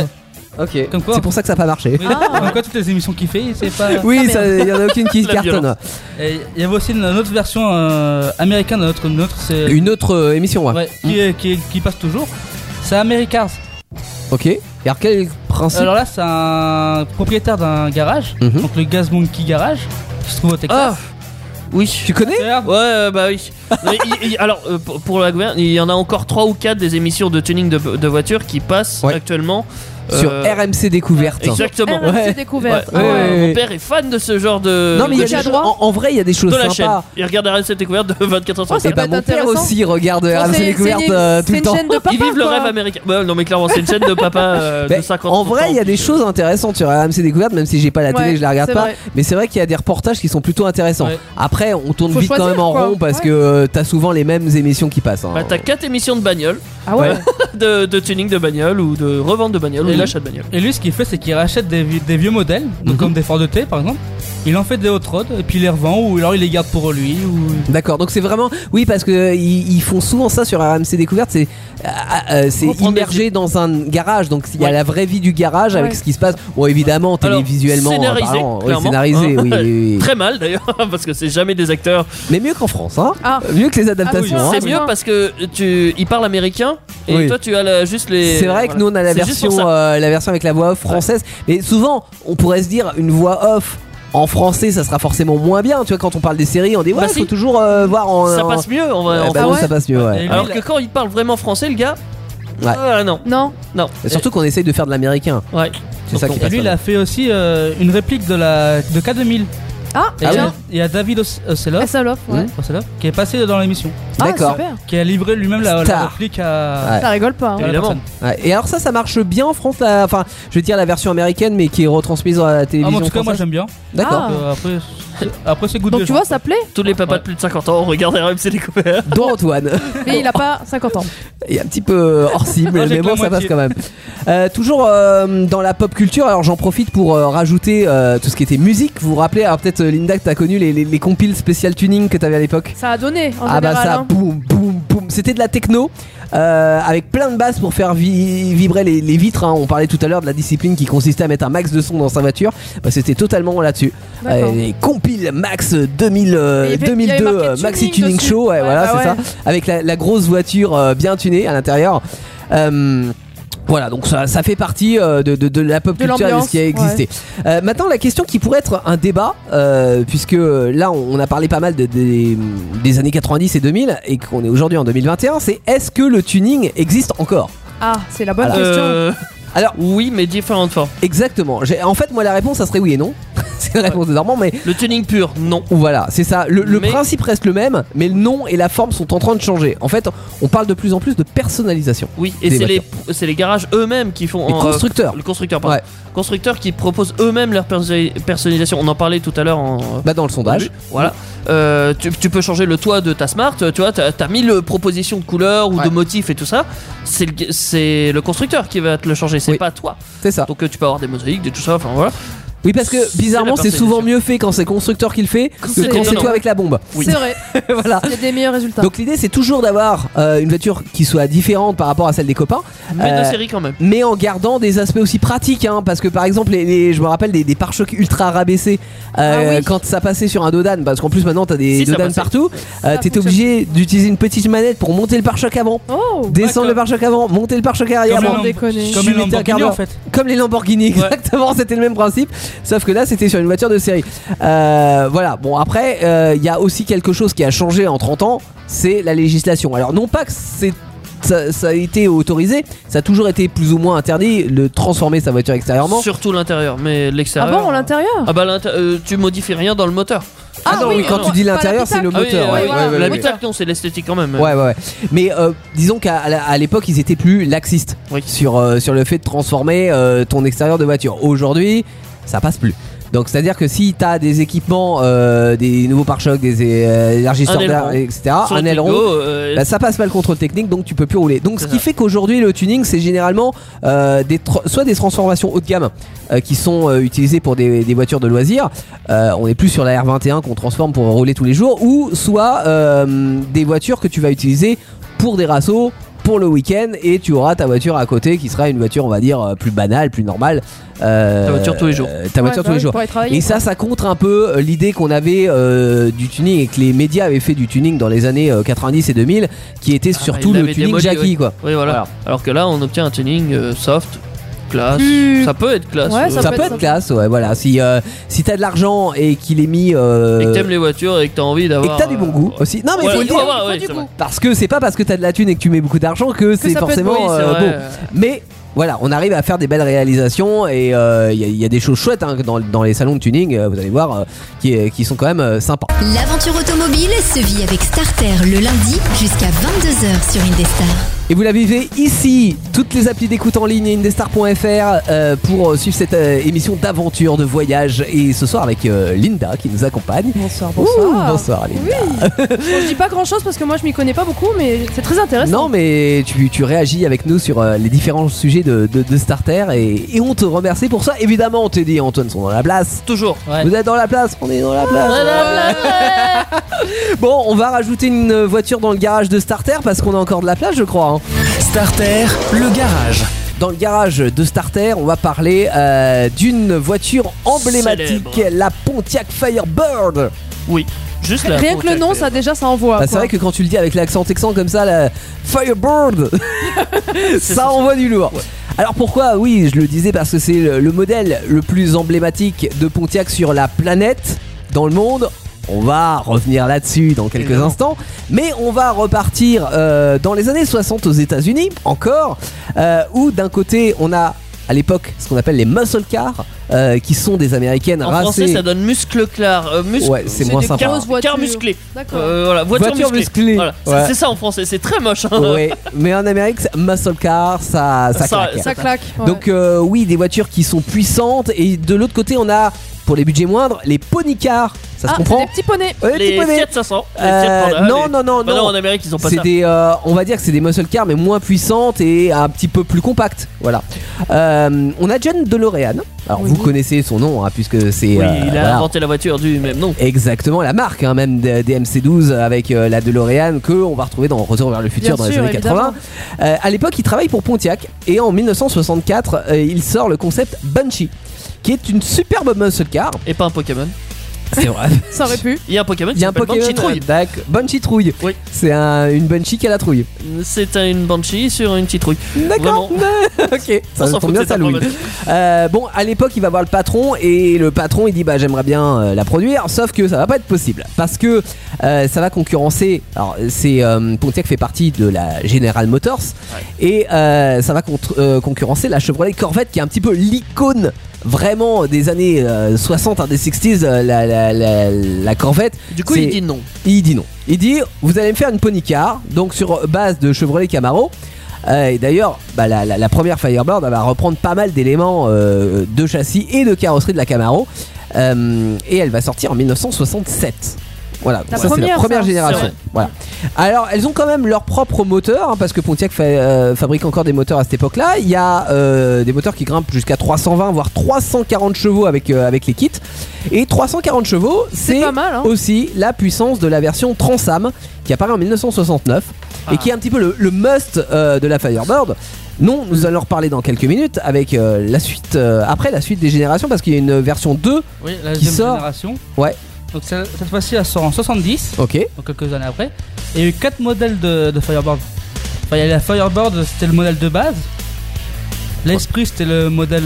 Ok. Comme quoi. C'est pour ça que ça n'a pas marché. Oui, comme quoi toutes les émissions qu'il fait, c'est pas. Oui, il y en a aucune qui cartonne. Et il y avait aussi une autre version américaine, c'est Une autre émission, ouais. qui passe toujours. C'est Americars. Ok. Et alors quel principe? Alors là, c'est un propriétaire d'un garage, donc le Gas Monkey Garage, qui se trouve au Texas. Oui. Tu connais? Ouais, bah oui. Alors, pour la gouverne, il y en a encore 3 ou 4 des émissions de tuning de voitures qui passent actuellement. Sur RMC Découverte. Exactement. RMC Découverte. Mon père est fan de ce genre de. Non, mais en vrai, il y a des choses de la sympas. chaîne. Il regarde RMC Découverte de 24 heures sur 24. Et bah, mon père aussi regarde RMC Découverte tout le temps. Ils vivent le rêve américain. Bah, non, mais clairement, c'est une chaîne de papa de 50 ans. En vrai, il y a des choses intéressantes sur RMC Découverte, même si j'ai pas la télé, je la regarde pas. Mais c'est vrai qu'il y a des reportages qui sont plutôt intéressants. Après, on tourne vite quand même en rond parce que t'as souvent les mêmes émissions qui passent. Bah, t'as 4 émissions de bagnole. Ah ouais. de tuning de bagnole ou de revente de bagnole ou d'achat de bagnole. Et lui, ce qu'il fait, c'est qu'il rachète des vieux modèles, donc comme des Ford T par exemple. Il en fait des hot rods et puis il les revend ou alors il les garde pour lui. D'accord, donc c'est vraiment. Oui, parce que ils font souvent ça sur RMC Découverte, c'est immergé dans un garage, donc il y a la vraie vie du garage avec ce qui se passe. Bon, évidemment, télévisuellement. Scénarisé, scénarisé, oui. Très mal d'ailleurs, parce que c'est jamais des acteurs. Mais mieux qu'en France, hein. Mieux que les adaptations. Ah oui, c'est mieux parce que ils parlent américain et toi tu as juste les. C'est vrai que nous on a la version avec la voix off française, mais souvent on pourrait se dire une voix off en français ça sera forcément moins bien, tu vois, quand on parle des séries on dit faut toujours voir en. Ça passe mieux en vrai. Ça passe mieux, ouais. Alors que quand il parle vraiment français, le gars. Non. Et surtout qu'on essaye de faire de l'américain. Ouais. C'est ça qui passe. Lui il a fait aussi une réplique de K2000. Il y a David Osseloff qui est passé dans l'émission. D'accord. Qui a livré lui-même la réplique à. Ça rigole pas. Évidemment. Et alors ça marche bien en France, enfin je veux dire la version américaine mais qui est retransmise à la télévision. En tout cas moi j'aime bien. D'accord. Après c'est goût de. Donc tu vois ça plaît. Tous les papas de plus de 50 ans regardent RMC Découverte. Dont Antoine. Mais il a pas 50 ans. Il est un petit peu hors cible, mais bon ça passe quand même. Toujours dans la pop culture, alors j'en profite pour rajouter tout ce qui était musique. Vous vous rappelez, alors peut-être Linda que t'as connu les compiles spécial tuning que t'avais à l'époque. Ça a donné en général. Bah ça boum boum boum. C'était de la techno avec plein de basses pour faire vibrer les vitres. On parlait tout à l'heure de la discipline qui consistait à mettre un max de son dans sa voiture. C'était totalement là-dessus. Les compiles Max 2002 Maxi Tuning dessus. Show, c'est ça. Avec la grosse voiture bien tunée à l'intérieur. Voilà, donc ça fait partie de la pop culture et de ce qui a existé. Maintenant, la question qui pourrait être un débat, puisque là on a parlé pas mal des années 90 et 2000 et qu'on est aujourd'hui en 2021, c'est est-ce que le tuning existe encore? Ah, c'est la bonne question. Alors oui, mais différentes formes. Exactement. En fait, moi la réponse ça serait oui et non. C'est la réponse de Normand, mais le tuning pur, non. Voilà, c'est ça. Le principe reste le même, mais le nom et la forme sont en train de changer. En fait, on parle de plus en plus de personnalisation. Oui, et c'est les garages eux-mêmes qui font. Les constructeurs. Le constructeur, pardon. Ouais. Constructeurs qui proposent eux-mêmes leur personnalisation. On en parlait tout à l'heure dans le sondage. Voilà. Tu peux changer le toit de ta Smart. Tu vois, t'as 1000 propositions de couleurs ou de motifs et tout ça. C'est le constructeur qui va te le changer. C'est pas toi. C'est ça. Donc tu peux avoir des mosaïques, tout ça. Enfin voilà. Oui, parce que bizarrement c'est souvent mieux fait quand c'est constructeur qui le fait que quand c'est toi avec la bombe. Oui. C'est vrai. Voilà. Il y a des meilleurs résultats. Donc l'idée c'est toujours d'avoir une voiture qui soit différente par rapport à celle des copains, mais de série quand même. Mais en gardant des aspects aussi pratiques, parce que par exemple je me rappelle des pare-chocs ultra rabaissés quand ça passait sur un Dodan, parce qu'en plus maintenant t'as des Dodan partout. T'étais obligé d'utiliser une petite manette pour monter le pare-choc avant, descendre le pare-choc avant, monter le pare-choc arrière. Comme les Lamborghini en fait. Comme les Lamborghini, exactement. C'était le même principe. Sauf que là c'était sur une voiture de série. Voilà, bon après il y a aussi quelque chose qui a changé en 30 ans, c'est la législation. Alors non pas que ça a été autorisé, ça a toujours été plus ou moins interdit de transformer sa voiture extérieurement. Surtout l'intérieur, mais l'extérieur. Ah bon, l'intérieur? Ah bah tu modifies rien dans le moteur. Ah non, oui, quand tu dis l'intérieur, c'est le moteur. L'habitacle, non, c'est l'esthétique quand même. Ouais. Mais disons qu'à l'époque, ils étaient plus laxistes sur le fait de transformer ton extérieur de voiture. Aujourd'hui, ça passe plus. Donc c'est à dire que si t'as des équipements, des nouveaux pare-chocs, des élargisseurs d'air, etc., un aileron, ça passe pas le contrôle technique, donc tu peux plus rouler. Donc ce qui fait qu'aujourd'hui le tuning c'est généralement soit des transformations haut de gamme qui sont utilisées pour des voitures de loisirs. On est plus sur la R21 qu'on transforme pour rouler tous les jours, ou soit des voitures que tu vas utiliser pour des rassos pour le week-end et tu auras ta voiture à côté qui sera une voiture, on va dire, plus banale, plus normale. Ta voiture tous les jours. Ta voiture tous les jours. Et ça contre un peu l'idée qu'on avait du tuning et que les médias avaient fait du tuning dans les années 90 et 2000 qui était surtout le tuning Jackie, quoi. Oui, voilà. Alors que là, on obtient un tuning soft. Classe. Ça peut être classe. Ouais, ça peut être classe, ouais, voilà. Si t'as de l'argent et qu'il est mis. Et que t'aimes les voitures et que t'as envie d'avoir. Et que t'as du bon goût aussi. Non, mais il faut le dire. Parce que c'est pas parce que t'as de la thune et que tu mets beaucoup d'argent que c'est forcément beau. Mais. Voilà, on arrive à faire des belles réalisations et il y a des choses chouettes dans les salons de tuning, vous allez voir, qui sont quand même sympas. L'aventure automobile se vit avec Starter le lundi jusqu'à 22h sur Indestar. Et vous la vivez ici, toutes les applis d'écoute en ligne et indestar.fr pour suivre cette émission d'aventure, de voyage. Et ce soir avec Linda qui nous accompagne. Bonsoir. Bonsoir Linda. Oui. Je dis pas grand chose parce que moi je m'y connais pas beaucoup, mais c'est très intéressant. Non, mais tu réagis avec nous sur les différents sujets de Starter et on te remercie pour ça. Évidemment, Teddy et Antoine sont dans la place. Toujours. Ouais. Vous êtes dans la place, on est dans la place. Bon, on va rajouter une voiture dans le garage de Starter parce qu'on a encore de la place, je crois. Hein. Starter, le garage. Dans le garage de Starter, on va parler d'une voiture emblématique, la Pontiac Firebird. Oui. Juste rien que le nom, ça envoie. Bah, c'est vrai que quand tu le dis avec l'accent texan comme ça, la Firebird, ça envoie du lourd. Ouais. Alors pourquoi ? Oui, je le disais parce que c'est le modèle le plus emblématique de Pontiac sur la planète, dans le monde. On va revenir là-dessus dans quelques instants, mais on va repartir dans les années 60 aux États-Unis encore, où d'un côté on a à l'époque ce qu'on appelle les muscle cars, qui sont des américaines racées. En français ça donne muscle car. Ouais, c'est moins sympa. Car musclé. D'accord. Voilà, voiture musclée. Voilà. Ouais. C'est ça en français, c'est très moche. Ouais, mais en Amérique, muscle car, ça claque. Ça claque. Ouais. Donc oui, des voitures qui sont puissantes, et de l'autre côté on a, pour les budgets moindres, les pony cars. Ça se comprend ? Les petits poneys. Les Fiat 500. Non. En Amérique ils ont pas ça. Des, on va dire que c'est des muscle cars mais moins puissantes et un petit peu plus compactes. Voilà. On a John DeLorean. Alors vous connaissez son nom, puisque c'est. Oui, il a inventé la voiture du même nom. Exactement, la marque même des MC12 avec la DeLorean que on va retrouver dans Retour vers le futur dans les années 80. À l'époque, il travaille pour Pontiac et en 1964, il sort le concept Banshee, qui est une superbe muscle car. Et pas un Pokémon. C'est vrai. Ça aurait pu. Il y a un Pokémon qui s'appelle Banshee Trouille. Banshee Trouille. Oui. C'est une Banshee qui a la trouille. C'est une Banshee sur une petite trouille. D'accord. Ok. Ça tombe bien, ça louille. Bon, à l'époque, il va voir le patron et le patron il dit bah j'aimerais bien la produire, sauf que ça va pas être possible parce que ça va concurrencer. Alors c'est Pontiac fait partie de la General Motors et ça va concurrencer la Chevrolet Corvette qui est un petit peu l'icône. Vraiment des années 60, des 60s, la Corvette. Du coup, il dit non. Il dit non. Il dit vous allez me faire une pony car, donc sur base de Chevrolet Camaro. Et d'ailleurs, la première Firebird elle va reprendre pas mal d'éléments de châssis et de carrosserie de la Camaro. Et elle va sortir en 1967. Voilà, ça c'est la première génération. Voilà. Alors elles ont quand même leur propre moteur parce que Pontiac fabrique encore des moteurs à cette époque-là. Il y a des moteurs qui grimpent jusqu'à 320 voire 340 chevaux avec les kits. Et 340 chevaux, c'est pas mal, aussi la puissance de la version Trans-Am qui apparaît en 1969 et qui est un petit peu le must de la Firebird. Non, nous allons en reparler dans quelques minutes avec la suite après la suite des générations parce qu'il y a une version 2 qui sort. Génération. Ouais. Donc cette fois-ci elle sort en 70. Ok. Donc quelques années après. Et il y a eu 4 modèles de Firebird. Enfin, il y a la Firebird, c'était le modèle de base. L'Esprit, c'était le modèle.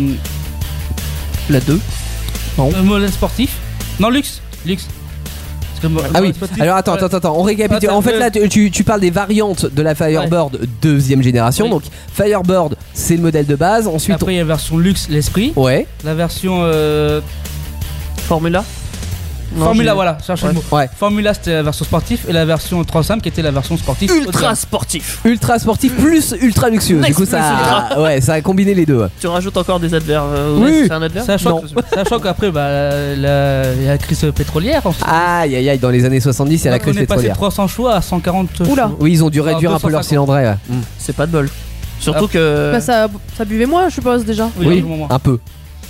La 2. Non. Le modèle sportif. Non, luxe. Ah oui, alors attends, on récapitule. En fait là tu parles des variantes de la Firebird deuxième génération. Donc Firebird c'est le modèle de base. Ensuite après il y a la version luxe, l'Esprit. Ouais. La version Formula. Formula, voilà, cherchez le mot. Ouais. Formula c'était la version sportive et la version 300 qui était la version sportive. Ultra sportif plus ultra luxueux. Du coup ça a combiné les deux. Tu rajoutes encore des adverbes. Oui. C'est un adverbe. Sachant qu'après il y a la crise pétrolière. Aïe, dans les années 70 il y a la crise pétrolière. On est passé de 300 chevaux à 140 chevaux. Oui, ils ont dû réduire un peu leur cylindrée. C'est pas de bol. Surtout que ça buvait moins, je suppose déjà. Oui, un peu.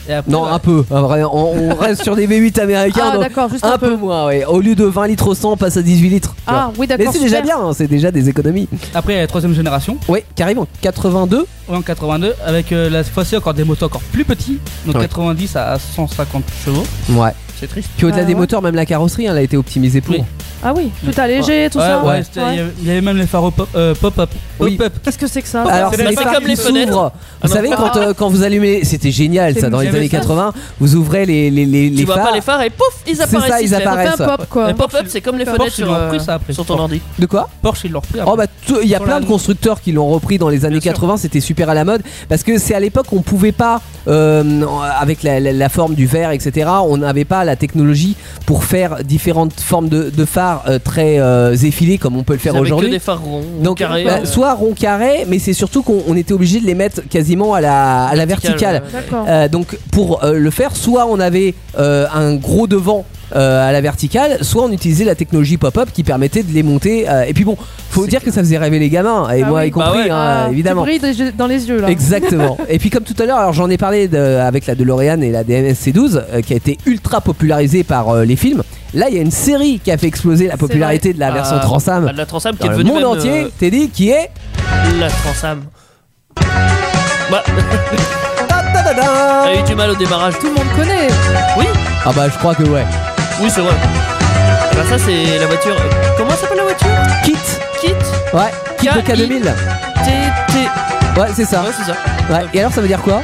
Et après, Non, un peu. En vrai, on reste sur des V8 américains. Ah, donc d'accord, juste un peu moins, ouais. Au lieu de 20 litres au 100, on passe à 18 litres. tu vois. Ah, oui, d'accord. Mais c'est déjà super. bien, hein, c'est déjà des économies. Après, il y a la 3ème génération, Oui, carrément. 82. en 82, avec la fois-ci encore des moteurs encore plus petits, donc Ouais. 90 à 150 chevaux. Ouais. C'est triste. Puis au-delà Ah, des ouais. moteurs, même la carrosserie, hein, elle a été optimisée pour. Oui. Ah oui, tout allégé, tout ça. Ouais, il y avait même les phares pop-up. Oui. Pop-up. Qu'est-ce que c'est que ça Alors c'est c'est pas les phares comme qui les fenêtres. s'ouvrent. Vous non. savez quand vous allumez, c'était génial C'est ça dans les jamais années ça. 80. Vous ouvrez les Tu vois phares. pas les phares et pouf, ils C'est apparaissent. ça, ils se lèvent. apparaissent. On fait un pop quoi. Les pop-up, c'est comme les Porsche, fenêtres ils l'ont repris, ça, sur, après. sur ton ordi. De quoi? Porsche, ils l'ont repris. Oh bah il y a Sur plein la- de constructeurs qui l'ont repris dans les années Bien sûr. 80, c'était super à la mode parce que c'est à l'époque on pouvait pas avec la forme du verre etc. On n'avait pas la technologie pour faire différentes formes de phares très effilés comme on peut le faire Ils avaient que aujourd'hui. des phares ronds, Donc carrés. soit rond carré, mais c'est surtout qu'on était obligé de les mettre quasiment à la verticale. D'accord. Donc pour le faire, soit on avait un gros devant à la verticale, soit on utilisait la technologie pop-up qui permettait de les monter. Et puis bon, faut dire que ça faisait rêver les gamins, et Ah moi oui. y compris, Bah ouais. hein, évidemment. Tu brilles dans les yeux là. Exactement. Et puis comme tout à l'heure, alors j'en ai parlé avec la DeLorean et la DMS-C12 qui a été ultra popularisée par les films. Là, il y a une série qui a fait exploser la popularité de la version Transam La Transam qui dans est le devenue monde même, entier. Teddy, qui est la Transam. Bah, Ta-ta-ta-ta. elle a eu du mal au démarrage. Tout le monde connaît. Oui, Ah bah je crois que ouais. oui, c'est vrai. Bah, ça, c'est la voiture. Comment s'appelle la voiture? Kit. Kit Ouais. Kit de K2000. T. Ouais, c'est ça. Ouais, c'est ça. Ouais. Et alors ça veut dire quoi?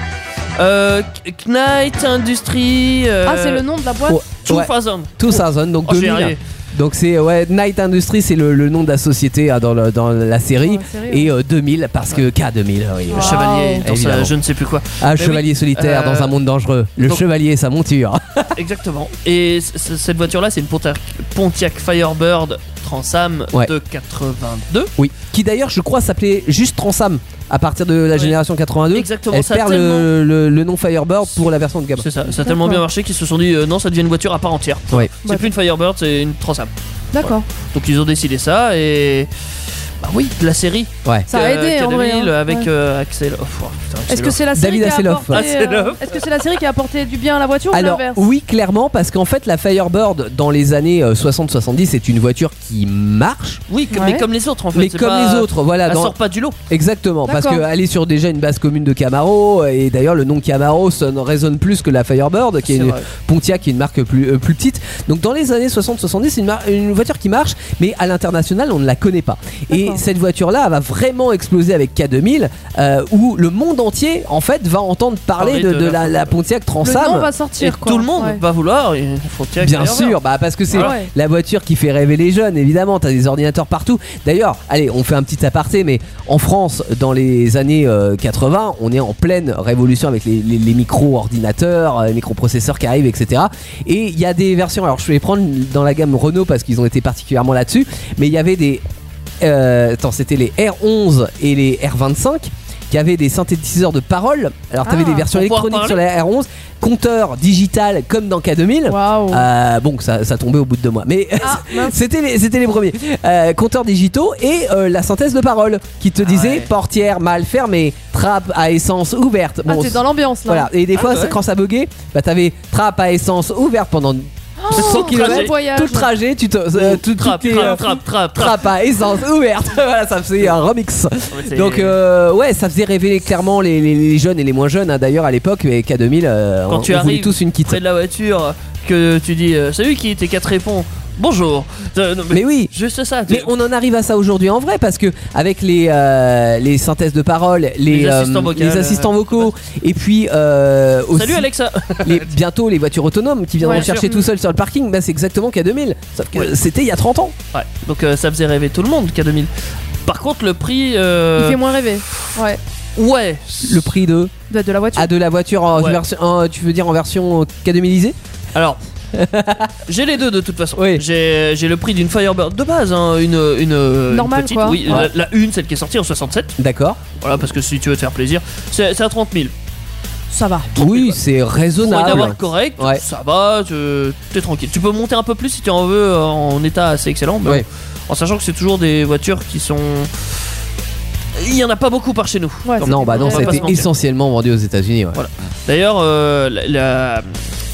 Knight Industry. Ah, c'est le nom de la boîte. Oh, ouais. 2000. 2000, donc Oh, j'y ai 2000. arrivé. Donc c'est Night Industry, c'est le nom de la société hein, dans la série. Dans la série, Et 2000 parce que K2000, oui. Wow. Le chevalier dans Évidemment. sa je ne sais plus quoi. Un Mais chevalier oui, solitaire dans un monde dangereux. Le donc- chevalier et sa monture. Exactement. Et cette voiture-là, c'est une Pontiac Firebird Transam Ouais. de 82. Oui. Qui d'ailleurs, je crois, s'appelait juste Transam à partir de la Ouais. génération 82. Exactement, Elle ça a perd tellement- le nom Firebird pour la version de gamme. C'est ça, ça a tellement bien marché qu'ils se sont dit non, ça devient une voiture à part entière. Ouais. C'est plus une Firebird, c'est une Transam. D'accord. Donc ils ont décidé ça et. Bah oui, la série. Ouais. Ça a aidé en vrai. K2000 hein. avec Ouais. Axel. Oh, putain, Est-ce que c'est la série David qui a Hasselhoff. apporté Hasselhoff. Est-ce que c'est la série qui a apporté du bien à la voiture ou Alors l'inverse? oui, clairement, parce qu'en fait la Firebird dans les années 60-70 c'est une voiture qui marche, Oui, Ouais. mais comme les autres en fait. mais c'est comme pas- les autres, voilà. Elle dans- sort pas du lot. Exactement, parce D'accord. qu'elle est sur déjà une base commune de Camaro, et d'ailleurs le nom Camaro résonne plus que la Firebird, qui est C'est une vrai. Pontiac, qui est une marque plus petite. Donc dans les années 60-70, c'est une voiture qui marche, mais à l'international on ne la connaît pas. Et D'accord. cette voiture-là va vraiment exploser avec K2000, où le monde entier en fait va entendre parler Parler de de la- la Pontiac Le nom Transam. va Et sortir quoi. tout le monde Ouais. va vouloir une Pontiac Bien Firebird. sûr, bah parce que c'est Ah ouais. la voiture qui fait rêver les jeunes, évidemment. T'as des ordinateurs partout. D'ailleurs, allez, on fait un petit aparté, mais en France, dans les années 80, on est en pleine révolution avec les micro-ordinateurs, les microprocesseurs qui arrivent, etc. Et il y a des versions. Alors, je vais prendre dans la gamme Renault parce qu'ils ont été particulièrement là-dessus, mais il y avait des. C'était les R11 et les R25 qui avaient des synthétiseurs de paroles. Alors, t'avais Ah, des versions pour pouvoir électroniques sur la R11, compteur digital comme dans K2000. Waouh. Bon, ça tombait au bout de 2 mois, mais Ah, mince. c'était les premiers compteurs digitaux et la synthèse de paroles qui te disait ouais. portière mal fermée, trappe à essence ouverte. Ah, t'es dans l'ambiance là. voilà. Et des fois, ouais. quand ça buguait, bah t'avais trappe à essence ouverte pendant 100 km. voyage. Tout le trajet, tu te Trappe, trappe. trappe à essence ouverte. Voilà, ça faisait un remix. C'est- Donc ouais, ça faisait rêver clairement les jeunes et les moins jeunes hein, d'ailleurs à l'époque. Mais K2000, Quand on tu voulait arrives tous une kit. près de la voiture, que tu dis salut qui tes 4 répond bonjour. Non, Mais oui. Juste ça. Mais on en arrive à ça aujourd'hui en vrai parce que avec les synthèses de paroles, Les assistants vocaux, les assistants vocaux et puis aussi Salut Alexa. bientôt les voitures autonomes qui viendront Ouais, chercher sûr. tout seul sur le parking, bah c'est exactement K2000. Sauf que Ouais. c'était il y a 30 ans. Ouais. Donc ça faisait rêver tout le monde K2000. Par contre le prix Il fait moins rêver. Ouais. ouais. Le prix de De la voiture. de la voiture en Ouais. version tu veux dire en version K2000isée? Alors j'ai les deux de toute façon. Oui. J'ai le prix d'une Firebird de base hein, une Normale, petite, quoi. oui, Ouais. la une celle qui est sortie en 67. D'accord. Voilà parce que si tu veux te faire plaisir, c'est à 30 000. Ça va. Oui, c'est Pour une raisonnable. avoir correct, Ouais. ça va, t'es tranquille. Tu peux monter un peu plus si tu en veux en état assez excellent, mais Ouais. en sachant que c'est toujours des voitures qui sont il y en a pas beaucoup par chez nous. Ouais, Non, bah non, on va ça a pas se été mentir. essentiellement vendu aux États-Unis. Ouais. Voilà. D'ailleurs, la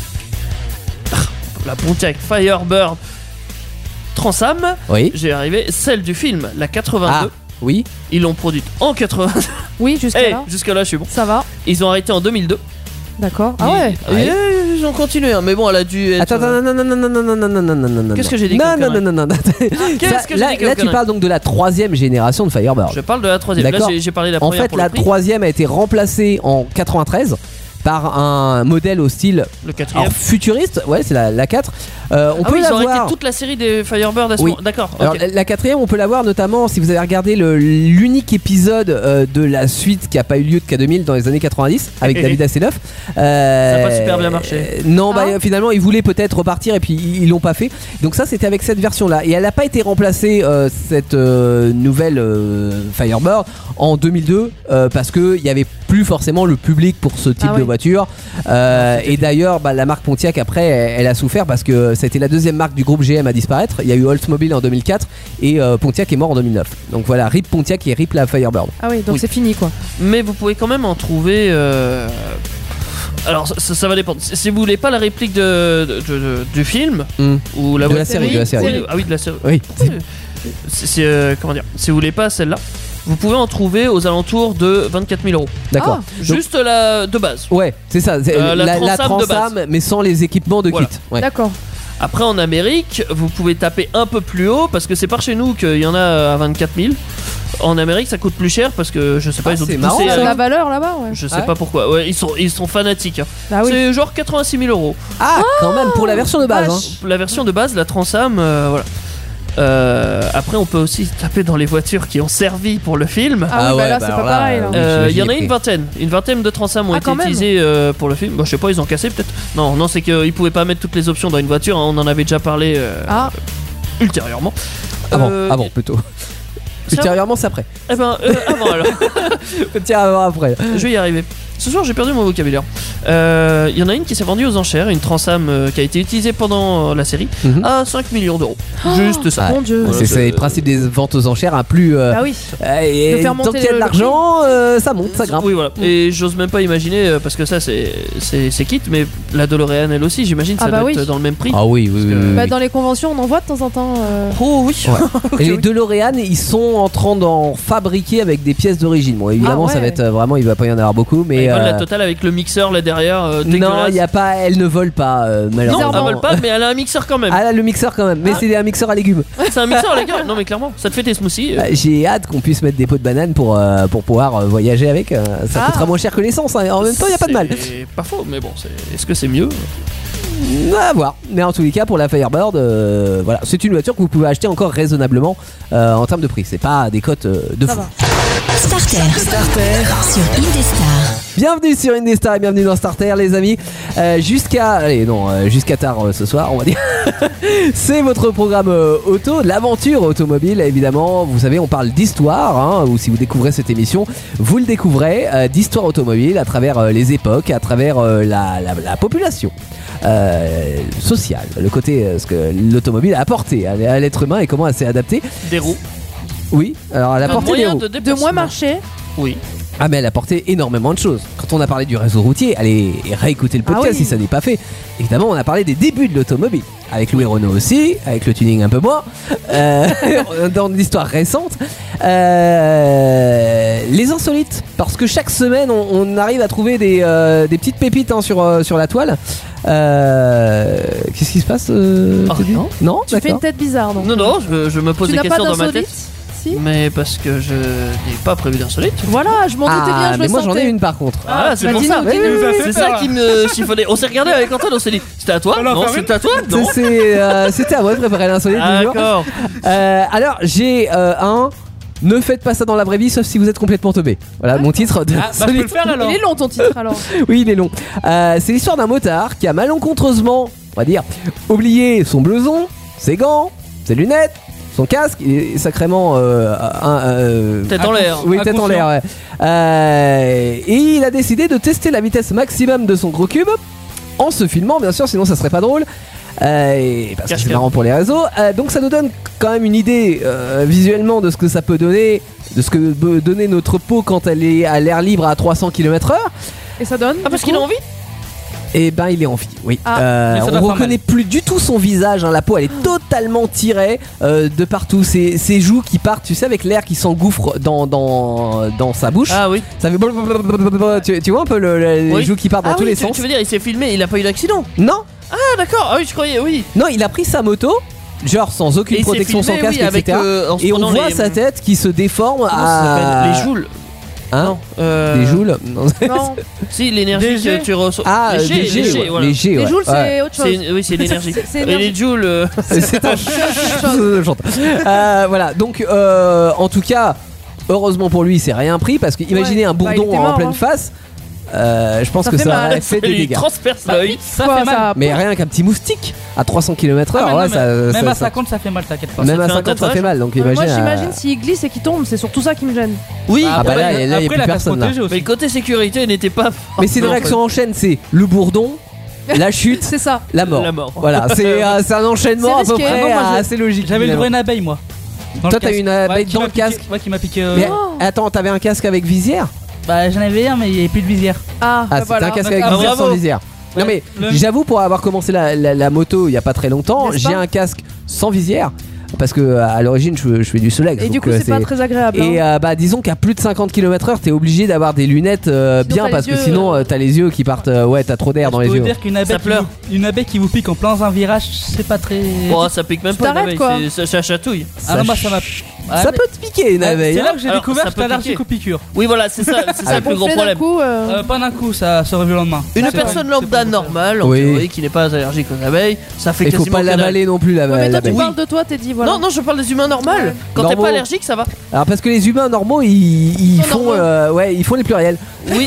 Pontiac Firebird Trans-Am, Oui. j'ai arrivé, celle du film, la 82. Ah, oui. Ils l'ont produite en 82. Oui, jusqu'à là. Jusque là, je suis bon. Ça va, Ils ont arrêté en 2002. d'accord. Ah ouais. Et ils ont continué, hein. Mais bon, elle a dû être. Attends, non. Qu'est-ce que j'ai dit Non, comme non, non, non, non. Qu'est-ce que j'ai Là, dit comme là, tu connerie parles donc de la 3e génération de Firebird. Je parle de la 3ème. Là, D'accord. j'ai parlé de la En première fait, pour la le prix. 3e a été remplacée en 93 par un modèle au style Le 4ème. alors, futuriste. Ouais, c'est la 4. On Ah peut oui, ils ont la arrêté voir. toute la série des Firebird à ce Oui. moment. D'accord. Alors, Ok. la 4e, on peut la voir notamment si vous avez regardé l'unique épisode de la suite qui a pas eu lieu de K2000 dans les années 90 avec David Hasselhoff. Ça a pas super bien marché. Non, Ah. finalement, ils voulaient peut-être repartir et puis ils l'ont pas fait. Donc ça, c'était avec cette version-là. Et elle n'a pas été remplacée cette nouvelle Firebird en 2002 parce que il y avait plus forcément le public pour ce type Ah de oui. voiture. Et d'ailleurs, la marque Pontiac après, elle a souffert parce que c'était la deuxième marque du groupe GM à disparaître. Il y a eu Oldsmobile en 2004 et Pontiac est mort en 2009. Donc voilà, RIP Pontiac et RIP la Firebird. Ah oui, donc Oui. c'est fini quoi. Mais vous pouvez quand même en trouver. Alors ça va dépendre. Si vous voulez pas la réplique du film ou la De la voiture- série, de la série. Oui, ah oui, de la série. Oui. Comment dire, si vous voulez pas celle-là, vous pouvez en trouver aux alentours de 24 000 euros. D'accord. Juste la de base. Ouais, c'est ça. C'est la la Trans-Am de Trans-Am, mais sans les équipements de Voilà. kit. Ouais. D'accord. Après en Amérique, vous pouvez taper un peu plus haut parce que c'est par chez nous qu'il y en a à 24 000. En Amérique, ça coûte plus cher parce que je sais pas, Ah, ils ont c'est dû marrant, pousser C'est ça. la avec- valeur là-bas, ouais. Je sais Ah ouais pas pourquoi. Ouais, ils sont fanatiques. Hein. Bah oui. C'est genre 86 000 euros. Ah, quand même, pour la version de base. hein. La version de base, la Trans-Am, voilà. Après, on peut aussi taper dans les voitures qui ont servi pour le film. Ah oui, Ah bah ouais, là bah c'est pas alors là, pareil là. oui. Il y en a j'imagine une vingtaine de Trans-Am ont Ah, été quand même. utilisés pour le film. Bon, je sais pas, ils ont cassé peut-être. Non, c'est qu'ils pouvaient pas mettre toutes les options dans une voiture. Hein, on en avait déjà parlé Ah, ultérieurement. Avant plutôt. Ultérieurement, c'est après. Eh ben, avant alors. Tiens, avant après. Je vais y arriver. Ce soir, j'ai perdu mon vocabulaire. Il y en a une qui s'est vendue aux enchères, une Trans-Am qui a été utilisée pendant la série Mhm. à 5 millions d'euros. Juste ça. Ouais. mon dieu. C'est le principe des ventes aux enchères, un plus. Bah oui. Et De faire tant monter qu'il y a de le l'argent, ça monte, ça grimpe. Oui, voilà. Et j'ose même pas imaginer, parce que ça, c'est quitte, mais la DeLorean, elle aussi, j'imagine, Ah ça bah doit oui. être dans le même prix. Ah oui, oui, Parce que- oui, oui. Bah dans les conventions, on en voit de temps en temps. Oh oui. Ouais. Et les DeLorean, ils sont en train d'en fabriquer avec des pièces d'origine. Bon, évidemment, Ah ouais. ça va être vraiment, il va pas y en avoir beaucoup, mais. Ils volent la totale avec le mixeur là derrière. non, dégueulasse. il y a pas, elle ne vole pas, Non, malheureusement. elle vole pas, mais elle a un mixeur quand même. Ah là, le mixeur quand même, mais c'est un mixeur à légumes. C'est un mixeur, les gars. Non, mais clairement, ça te fait tes smoothies. J'ai hâte qu'on puisse mettre des pots de banane pour pouvoir voyager avec. Ça Ah. coûtera moins cher que l'essence. Hein. En même temps, il y a pas de mal. C'est pas faux, mais bon, est-ce que c'est mieux? À voir. Mais en tous les cas, pour la Firebird, voilà, c'est une voiture que vous pouvez acheter encore raisonnablement en termes de prix. C'est pas des cotes de Ça fou. va. Starter. Sur Indestar. Bienvenue sur Indestar et bienvenue dans Starter, les amis. Jusqu'à tard ce soir, on va dire. C'est votre programme auto, de l'aventure automobile, évidemment. Vous savez, on parle d'histoire, hein, ou si vous découvrez cette émission, vous le découvrez, d'histoire automobile à travers les époques, à travers la population. Sociale, le côté ce que l'automobile a apporté à l'être humain et comment elle s'est adaptée. Des roues. Oui, alors elle a apporté des Moyen roues. de De déplacement. moins marcher. Oui. Ah mais elle a apporté énormément de choses. Quand on a parlé du réseau routier, allez réécouter le podcast Ah oui. si ça n'est pas fait. Évidemment, on a parlé des débuts de l'automobile. Avec Louis Renault aussi, avec le tuning un peu moins. Dans l'histoire récente. Les insolites. Parce que chaque semaine, on arrive à trouver des petites pépites hein, sur la toile. Qu'est-ce qui se passe Teddy Non, Tu fais une d'accord. tête bizarre donc. Non, je me pose Tu des n'as pas questions dans ma tête. d'insolite Si. Mais parce que je n'ai pas prévu d'insolite. Voilà, je m'en doutais bien, je mais le moi j'en ai sentais. une par contre. Ah, c'est bah pour dis-nous, ça. dis-nous. Oui, oui, C'est ça qui me chiffonnait. On s'est regardé avec Antoine, on s'est dit c'était à toi? Non, c'était à toi? Non. C'était à moi de préparer l'insolite. Ah, toujours. d'accord. Alors j'ai un. Ne faites pas ça dans la vraie vie sauf si vous êtes complètement teubé. Voilà mon titre de Ah, bah je peux le faire alors. Il est long ton titre alors. Oui, il est long. C'est l'histoire d'un motard qui a malencontreusement, on va dire, oublié son blouson, ses gants, ses lunettes, son casque. Il est sacrément Tête en l'air. Oui, tête en l'air. Ouais. Et il a décidé de tester la vitesse maximum de son gros cube en se filmant, bien sûr, sinon ça serait pas drôle. Et parce que c'est marrant pour les réseaux. Donc ça nous donne quand même une idée visuellement de ce que ça peut donner, de ce que peut donner notre peau quand elle est à l'air libre à 300 km/h. Et ça donne parce qu'il a envie. Et ben il est en vie, oui. Mais ça doit On faire reconnaît plus du tout son visage, hein. La peau elle est totalement tirée de partout. Ses joues qui partent, tu sais, avec l'air qui s'engouffre dans sa bouche. Ah oui. Ça fait tu vois un peu les joues qui partent dans tous les sens. Tu veux dire, il s'est filmé, il a pas eu d'accident? Non. Ah d'accord, ah oui, je croyais, oui. Non, il a pris sa moto, genre sans aucune protection, sans casque, etc. Et on voit sa tête qui se déforme à... les joules. Hein? Non, des joules? Non. Si, l'énergie que tu reçois. Ah, léger, voilà. léger, Les ouais. joules, c'est autre chose. Oui, c'est l'énergie. C'est Et les joules. C'est un voilà, donc en tout cas, heureusement pour lui, il s'est rien pris parce que imaginez un bourdon était en mort, pleine hein. face. Je pense Ça que fait ça mal. aurait fait des Il dégâts. transperce l'œil. Ça Quoi, fait mal. ça- Mais rien qu'un petit moustique à 300 km/h, Ah, mais ouais, non, mais ça, même à ça- 50 ça fait mal, t'inquiète pas. même ça à fait un 50 ça tatouage. fait mal. Donc Moi imagine. j'imagine s'il glisse et qu'il tombe, c'est surtout ça qui me gêne. Oui, Ah bah là, Après, il y a plus la casse personne là. protégée aussi. mais côté sécurité, il n'était pas. Mais c'est des réactions en chaîne, c'est le bourdon, la chute, C'est ça. la mort. La mort. Voilà, c'est un enchaînement à C'est peu risqué. près Ah non, moi, assez logique. J'avais le finalement. droit à une abeille moi. Dans Toi le t'as casque. une abeille qui dans m'a le piqué- casque. Ouais, qui m'a piqué. Mais attends, t'avais un casque avec visière? Bah j'en avais un mais il n'y avait plus de visière. Ah, Ah, bah c'était voilà. un casque avec Ah, visière bravo. sans visière. Non mais Le- j'avoue, pour avoir commencé la moto il y a pas très longtemps, N'est-ce j'ai pas un casque sans visière parce que à l'origine je fais du solex. Et donc, du coup, c'est pas très agréable. Et hein. bah disons qu'à plus de 50 km/h t'es obligé d'avoir des lunettes bien t'as parce les que yeux, sinon t'as les yeux qui partent, ouais t'as trop d'air dans les Je peux yeux. vous dire qu'une abeille, Ça pleure. une abeille qui vous pique en plein un virage, c'est pas très. Oh, ça pique même Tu pas une t'arrêtes, abeille, quoi. ça chatouille. Ah non, moi ça m'a. Ça peut te piquer une abeille. C'est hein. là que j'ai Alors, découvert ça que j'étais peut allergique piquer. aux piqûres. Oui, voilà, c'est ça le plus gros Gonflé d'un problème. coup, Pas d'un coup, ça se revient le lendemain. Une C'est personne pas- lambda c'est pas- normale, en Oui. théorie, qui n'est pas allergique aux abeilles, ça fait Il faut quasiment pas que dalle. l'avaler non plus Ouais, mais toi, tu l'abeille. parles de toi, t'es dit, voilà. Non, non, je parle des humains normaux. Ouais. Quand t'es Normaux. pas allergique, ça va. Alors parce que les humains normaux ils Sont font normaux. ouais ils font les pluriels. Oui,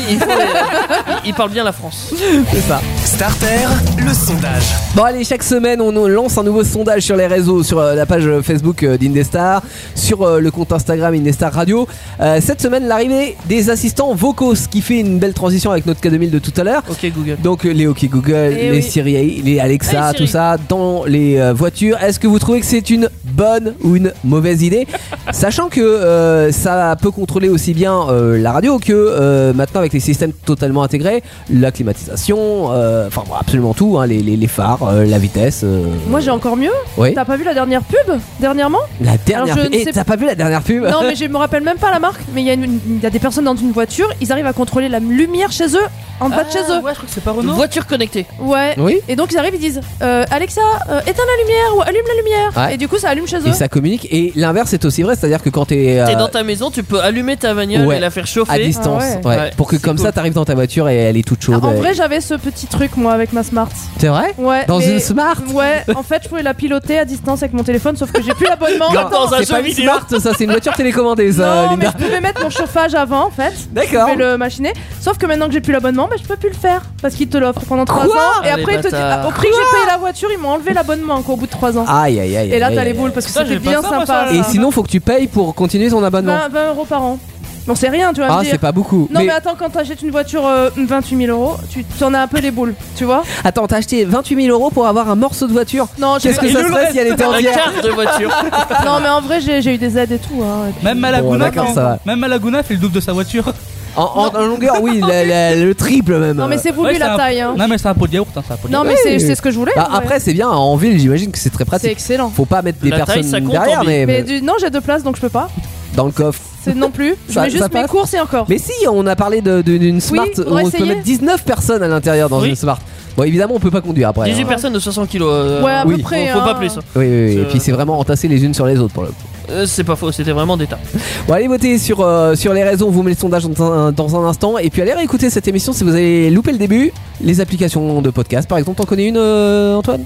il parle bien la France. C'est ça. Starter, le sondage. Bon allez, chaque semaine on lance un nouveau sondage sur les réseaux, sur la page Facebook d'Indestar, sur le compte Instagram Indestar Radio. Cette semaine l'arrivée des assistants vocaux, ce qui fait une belle transition avec notre K2000 de tout à l'heure. Ok, Google. Donc les OK Google, Eh les oui. Siri, les Alexa, Allez, Siri. tout ça dans les voitures. Est-ce que vous trouvez que c'est une bonne ou une mauvaise idée? Sachant que ça peut contrôler aussi bien la radio que maintenant avec les systèmes totalement intégrés, la climatisation, enfin bon, absolument tout, hein, les phares, la vitesse. Moi, j'ai encore mieux. Oui. T'as pas vu la dernière pub dernièrement? La dernière Alors, je pub. ne sais T'as pas vu la dernière pub? Non, mais je me rappelle même pas la marque. Mais il y a des personnes dans une voiture, ils arrivent à contrôler la lumière chez eux, en bas de chez eux. Ouais, je crois que c'est pas Une Renault. voiture connectée. Ouais. Oui. Et donc ils arrivent, ils disent Alexa, éteins la lumière ou allume la lumière. Ouais. Et du coup, ça allume chez eux. Et ça communique. Et l'inverse est aussi vrai, c'est-à-dire que quand t'es T'es dans ta maison, tu peux allumer ta bagnole ouais. et la faire à chauffer. distance, Ah ouais. Ouais, Pour que c'est comme cool. ça t'arrives dans ta voiture et elle est toute Ah, chaude. en vrai, j'avais ce petit truc moi avec ma Smart. C'est vrai? Ouais. Dans mais- une Smart? Ouais. En fait, je pouvais la piloter à distance avec mon téléphone, sauf que j'ai plus l'abonnement. Comme dans un C'est jeu pas une vidéo. Smart, ça c'est une voiture télécommandée, ça, Non, mais Linda. je pouvais mettre mon chauffage avant en fait. D'accord. Je pouvais le machiner. Sauf que maintenant que j'ai plus l'abonnement, bah, je peux plus le faire. Parce qu'ils te l'offrent pendant 3 Quoi ans. Et Ah, après, les ils te disent, bâtards. au prix que j'ai payé la voiture, ils m'ont enlevé l'abonnement encore au bout de 3 ans. Aïe aïe aïe. Et là, aïe, t'as aïe, les aïe. boules parce que Ça, c'était j'ai pas bien ça, moi, sympa. ça. Et ça. sinon, faut que tu payes pour continuer ton abonnement. 20 euros par an. Bon, c'est rien, tu vas Ah, me dire. c'est pas beaucoup. Non, mais attends, quand t'achètes une voiture 28 000 euros, tu en as un peu les boules, tu vois. Attends, t'as acheté 28 000 € pour avoir un morceau de voiture. Non, j'ai Qu'est-ce que pas- ça serait si elle était La entière? carte de voiture. non, mais en vrai, j'ai eu des aides et tout. Hein, et puis- Même Malaguna, d'accord, ça va. même Malaguna fait le double de sa voiture. En longueur, oui, le triple même. Non, mais c'est voulu Ouais, la c'est un- taille. Hein. Non, mais c'est un pot de yaourt, hein, c'est un pot de Non, yaourt. mais Oui. c'est ce que je voulais. Bah, en vrai. après, c'est bien, en ville, j'imagine que c'est très c'est pratique. excellent. Faut pas mettre des La taille, personnes ça compte derrière, en mais Mais non, j'ai 2 places donc je peux pas. dans le coffre. C'est non plus. Je Ça- mets ça juste mes passe courses et encore. Mais si, on a parlé d'une Smart où faudrait on peut essayer. mettre 19 personnes à l'intérieur dans Oui. une Smart. Bon, évidemment, on peut pas conduire après. 18 hein. personnes de 60 kilos. Ouais, à oui. peu près. Faut hein. pas plus. hein. Oui, oui, oui. Et Je- puis c'est vraiment entassé les unes sur les autres pour le coup. C'est pas faux, c'était vraiment d'état. Bon, allez voter sur les réseaux, on vous met le sondage dans un instant. Et puis allez réécouter cette émission si vous avez loupé le début. Les applications de podcast, par exemple, t'en connais une, Antoine?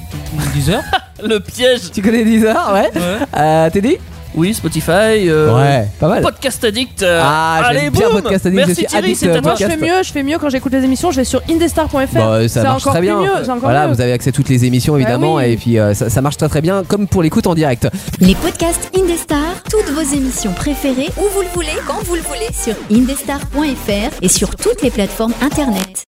10 heures. Le piège. Tu connais Deezer? Ouais. Ouais. T'es dit? Oui, Spotify. Ouais, pas mal. Podcast Addict. Ah, allez, j'aime bien boum. Podcast Addict, je Merci suis Thierry, addict, c'est à toi. Moi, je fais mieux quand j'écoute les émissions. Je vais sur indestar.fr. Bah, ça c'est marche encore très bien. plus mieux. C'est encore Voilà, mieux. vous avez accès à toutes les émissions évidemment, oui. et puis ça marche très très bien, comme pour l'écoute en direct. Les podcasts Indestar, toutes vos émissions préférées, où vous le voulez, quand vous le voulez, sur indestar.fr et sur toutes les plateformes internet.